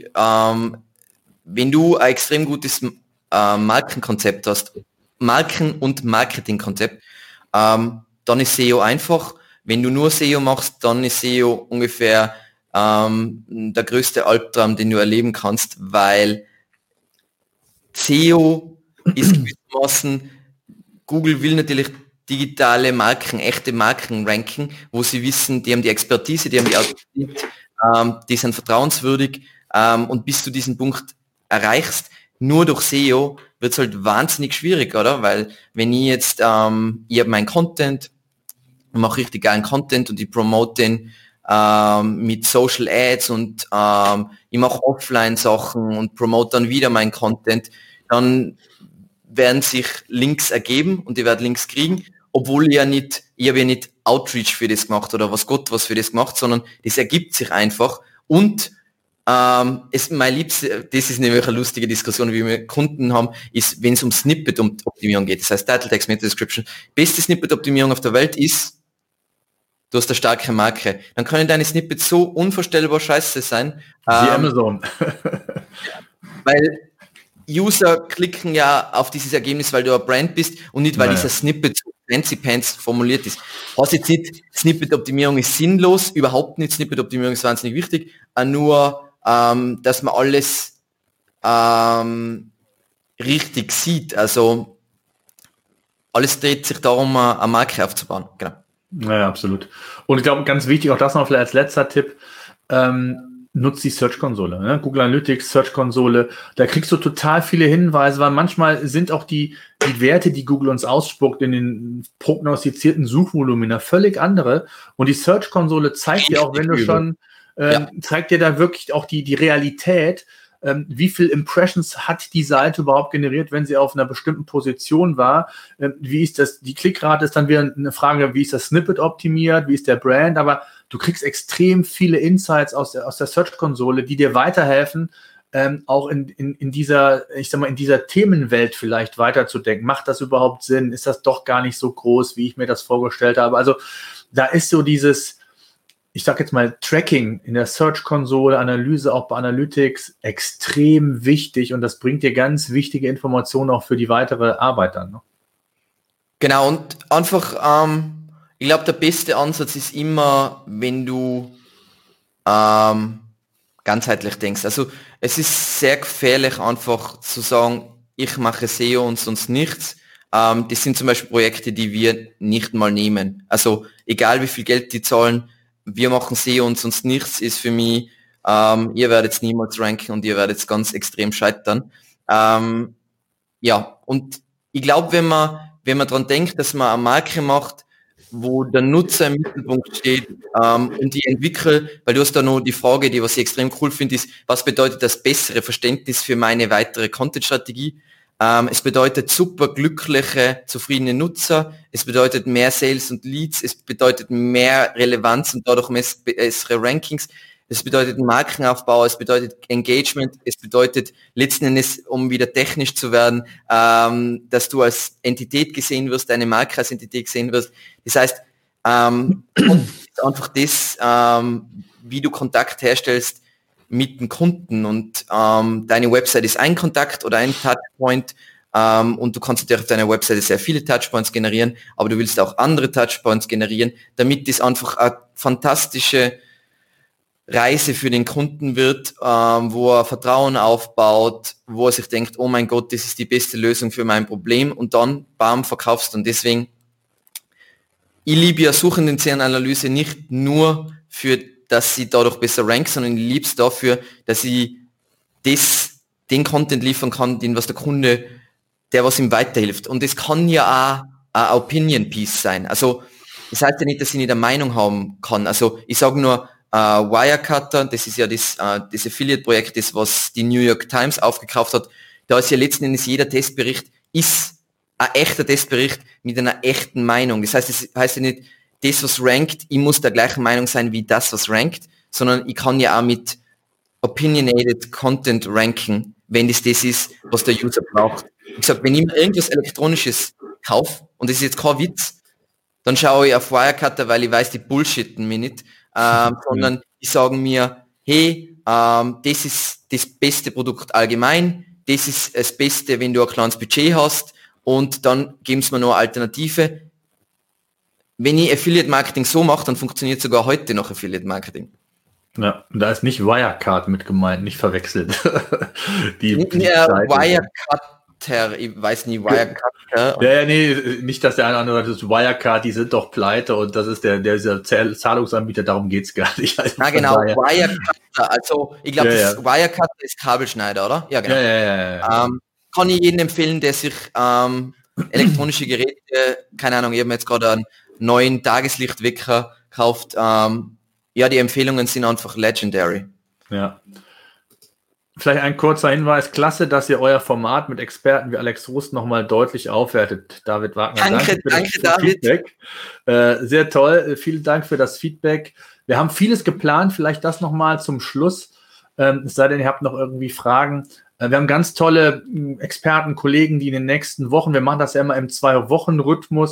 wenn du ein extrem gutes Markenkonzept hast, Marken- und Marketingkonzept, dann ist SEO einfach. Wenn du nur SEO machst, dann ist SEO ungefähr der größte Albtraum, den du erleben kannst, weil SEO ist gewissermaßen, Google will natürlich digitale Marken, echte Marken ranken, wo sie wissen, die haben die Expertise, die haben die Autorität, die sind vertrauenswürdig und bis du diesen Punkt erreichst, nur durch SEO wird es halt wahnsinnig schwierig, oder? Weil wenn ich jetzt, ich habe meinen Content, mache richtig geilen Content und ich promote den mit Social Ads und ich mache Offline-Sachen und promote dann wieder meinen Content, dann werden sich Links ergeben und ich werde Links kriegen, obwohl ich habe ja nicht Outreach für das gemacht oder was für das gemacht, sondern das ergibt sich einfach und mein Liebste, das ist nämlich eine lustige Diskussion, wie wir Kunden haben, ist, wenn es um Snippet-Optimierung geht, das heißt Title Text, Meta Description, beste Snippet-Optimierung auf der Welt ist du hast eine starke Marke, dann können deine Snippets so unvorstellbar scheiße sein. Wie Amazon. Weil User klicken ja auf dieses Ergebnis, weil du ein Brand bist und nicht, weil dieser Snippet so fancy pants formuliert ist. Was jetzt nicht, Snippet-Optimierung ist sinnlos, überhaupt nicht, Snippet-Optimierung ist wahnsinnig wichtig, nur, dass man alles richtig sieht. Also alles dreht sich darum, eine Marke aufzubauen. Genau. Ja, absolut. Und ich glaube, ganz wichtig, auch das noch vielleicht als letzter Tipp, nutzt die Search-Konsole, ne? Google Analytics, Search-Konsole, da kriegst du total viele Hinweise, weil manchmal sind auch die Werte, die Google uns ausspuckt, in den prognostizierten Suchvolumina völlig andere und die Search-Konsole zeigt dir auch, wenn du schon, zeigt dir da wirklich auch die Realität, wie viel Impressions hat die Seite überhaupt generiert, wenn sie auf einer bestimmten Position war, wie ist das, die Klickrate ist dann wieder eine Frage, wie ist das Snippet optimiert, wie ist der Brand, aber du kriegst extrem viele Insights aus der Search-Konsole, die dir weiterhelfen, auch in dieser, ich sag mal, in dieser Themenwelt vielleicht weiterzudenken. Macht das überhaupt Sinn? Ist das doch gar nicht so groß, wie ich mir das vorgestellt habe? Also da ist so dieses, ich sag jetzt mal, Tracking in der Search-Konsole, Analyse auch bei Analytics extrem wichtig und das bringt dir ganz wichtige Informationen auch für die weitere Arbeit dann. Ne? Genau, und einfach, ich glaube, der beste Ansatz ist immer, wenn du ganzheitlich denkst. Also es ist sehr gefährlich, einfach zu sagen, ich mache SEO und sonst nichts. Das sind zum Beispiel Projekte, die wir nicht mal nehmen. Also egal wie viel Geld die zahlen, wir machen SEO und sonst nichts, ist für mich, ihr werdet niemals ranken und ihr werdet ganz extrem scheitern. Ja, und ich glaube, wenn man dran denkt, dass man eine Marke macht, wo der Nutzer im Mittelpunkt steht und die Entwickler, weil du hast da noch die Frage, die was ich extrem cool finde, ist, was bedeutet das bessere Verständnis für meine weitere Content-Strategie? Es bedeutet super glückliche, zufriedene Nutzer, es bedeutet mehr Sales und Leads, es bedeutet mehr Relevanz und dadurch bessere Rankings, es bedeutet Markenaufbau, es bedeutet Engagement, es bedeutet letzten Endes, um wieder technisch zu werden, dass du als Entität gesehen wirst, deine Marke als Entität gesehen wirst. Das heißt, einfach das, wie du Kontakt herstellst mit dem Kunden und deine Website ist ein Kontakt oder ein Touchpoint und du kannst natürlich auf deiner Website sehr viele Touchpoints generieren, aber du willst auch andere Touchpoints generieren, damit das einfach eine fantastische Reise für den Kunden wird, wo er Vertrauen aufbaut, wo er sich denkt, oh mein Gott, das ist die beste Lösung für mein Problem und dann, bam, verkaufst du. Und deswegen, ich liebe ja Suchintensivenanalyse nicht nur für, dass sie dadurch besser rankt, sondern ich liebe es dafür, dass ich den Content liefern kann, den was der Kunde, der was ihm weiterhilft. Und das kann ja auch ein Opinion-Piece sein. Also, das heißt ja nicht, dass ich nicht eine Meinung haben kann. Also, ich sage nur, Wirecutter, das ist ja das Affiliate-Projekt, das was die New York Times aufgekauft hat. Da ist ja letzten Endes jeder Testbericht ist ein echter Testbericht mit einer echten Meinung. Das heißt ja nicht, das was rankt, ich muss der gleichen Meinung sein wie das was rankt, sondern ich kann ja auch mit opinionated Content ranken, wenn das ist, was der User braucht. Ich sag, wenn ich mir irgendwas Elektronisches kaufe, und das ist jetzt kein Witz, dann schaue ich auf Wirecutter, weil ich weiß, die bullshitten mich nicht, sondern die sagen mir, hey, das ist das beste Produkt allgemein, das ist das Beste, wenn du ein kleines Budget hast und dann geben sie mir noch eine Alternative. Wenn ich Affiliate-Marketing so mache, dann funktioniert sogar heute noch Affiliate-Marketing. Ja, da ist nicht Wirecard mit gemeint, nicht verwechseln. Wirecutter, ich weiß nie, Wirecutter. Ja, nee, nicht, dass der eine oder andere sagt, Wirecard, die sind doch pleite und das ist dieser Zahlungsanbieter, darum geht's gar nicht. Also genau, Wirecutter, also ich glaube, Wirecutter ist Kabelschneider, oder? Ja, genau. Ja. Kann ich jedem empfehlen, der sich elektronische Geräte, keine Ahnung, ich habe mir jetzt gerade einen neuen Tageslichtwecker gekauft, ja, die Empfehlungen sind einfach legendary. Ja. Vielleicht ein kurzer Hinweis. Klasse, dass ihr euer Format mit Experten wie Alex Rust nochmal deutlich aufwertet. David Wagner, danke für das David. Feedback. Sehr toll. Vielen Dank für das Feedback. Wir haben vieles geplant. Vielleicht das nochmal zum Schluss. Es sei denn, ihr habt noch irgendwie Fragen. Wir haben ganz tolle Experten, Kollegen, die in den nächsten Wochen, wir machen das ja immer im 2-Wochen-Rhythmus,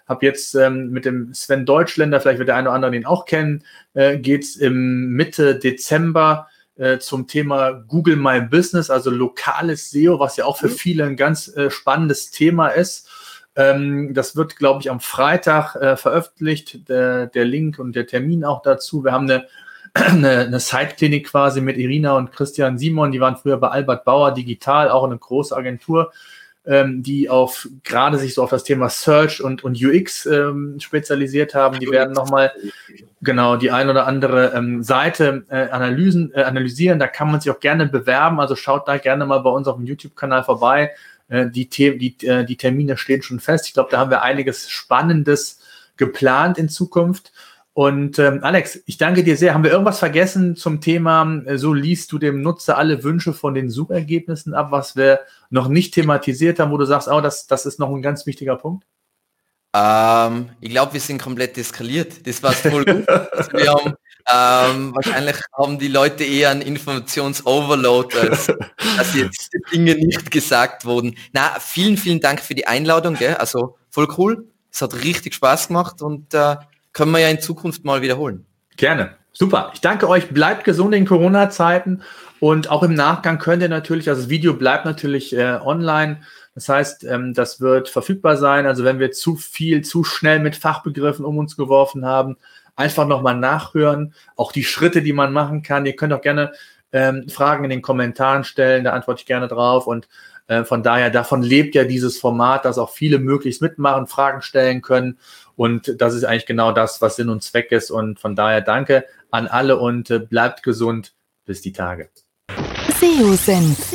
Habe jetzt mit dem Sven Deutschländer, vielleicht wird der eine oder andere den auch kennen, geht es im Mitte Dezember zum Thema Google My Business, also lokales SEO, was ja auch für viele ein ganz spannendes Thema ist. Das wird, glaube ich, am Freitag veröffentlicht, der Link und der Termin auch dazu. Wir haben eine Side-Klinik quasi mit Irina und Christian Simon, die waren früher bei Albert Bauer Digital, auch eine große Agentur, die gerade sich so auf das Thema Search und UX spezialisiert haben. Die werden nochmal die ein oder andere Seite analysieren. Da kann man sich auch gerne bewerben. Also schaut da gerne mal bei uns auf dem YouTube-Kanal vorbei. Die Termine stehen schon fest. Ich glaube, da haben wir einiges Spannendes geplant in Zukunft. Und Alex, ich danke dir sehr. Haben wir irgendwas vergessen zum Thema, so liest du dem Nutzer alle Wünsche von den Suchergebnissen ab, was wir noch nicht thematisiert haben, wo du sagst, das ist noch ein ganz wichtiger Punkt? Ich glaube, wir sind komplett eskaliert. Das war voll gut. Also wir haben, wahrscheinlich haben die Leute eher einen Informations-Overload, als jetzt Dinge nicht gesagt wurden. Na, vielen, vielen Dank für die Einladung. Gell? Also voll cool. Es hat richtig Spaß gemacht und können wir ja in Zukunft mal wiederholen. Gerne. Super. Ich danke euch. Bleibt gesund in Corona-Zeiten und auch im Nachgang könnt ihr natürlich, also das Video bleibt natürlich online. Das heißt, das wird verfügbar sein. Also wenn wir zu schnell mit Fachbegriffen um uns geworfen haben, einfach nochmal nachhören. Auch die Schritte, die man machen kann. Ihr könnt auch gerne Fragen in den Kommentaren stellen. Da antworte ich gerne drauf. Und von daher, davon lebt ja dieses Format, dass auch viele möglichst mitmachen, Fragen stellen können. Und das ist eigentlich genau das, was Sinn und Zweck ist. Und von daher danke an alle und bleibt gesund. Bis die Tage. SEO-Senf.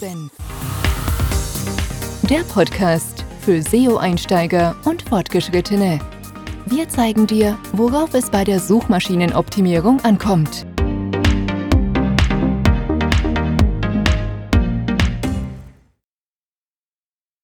Der Podcast für SEO-Einsteiger und Fortgeschrittene. Wir zeigen dir, worauf es bei der Suchmaschinenoptimierung ankommt.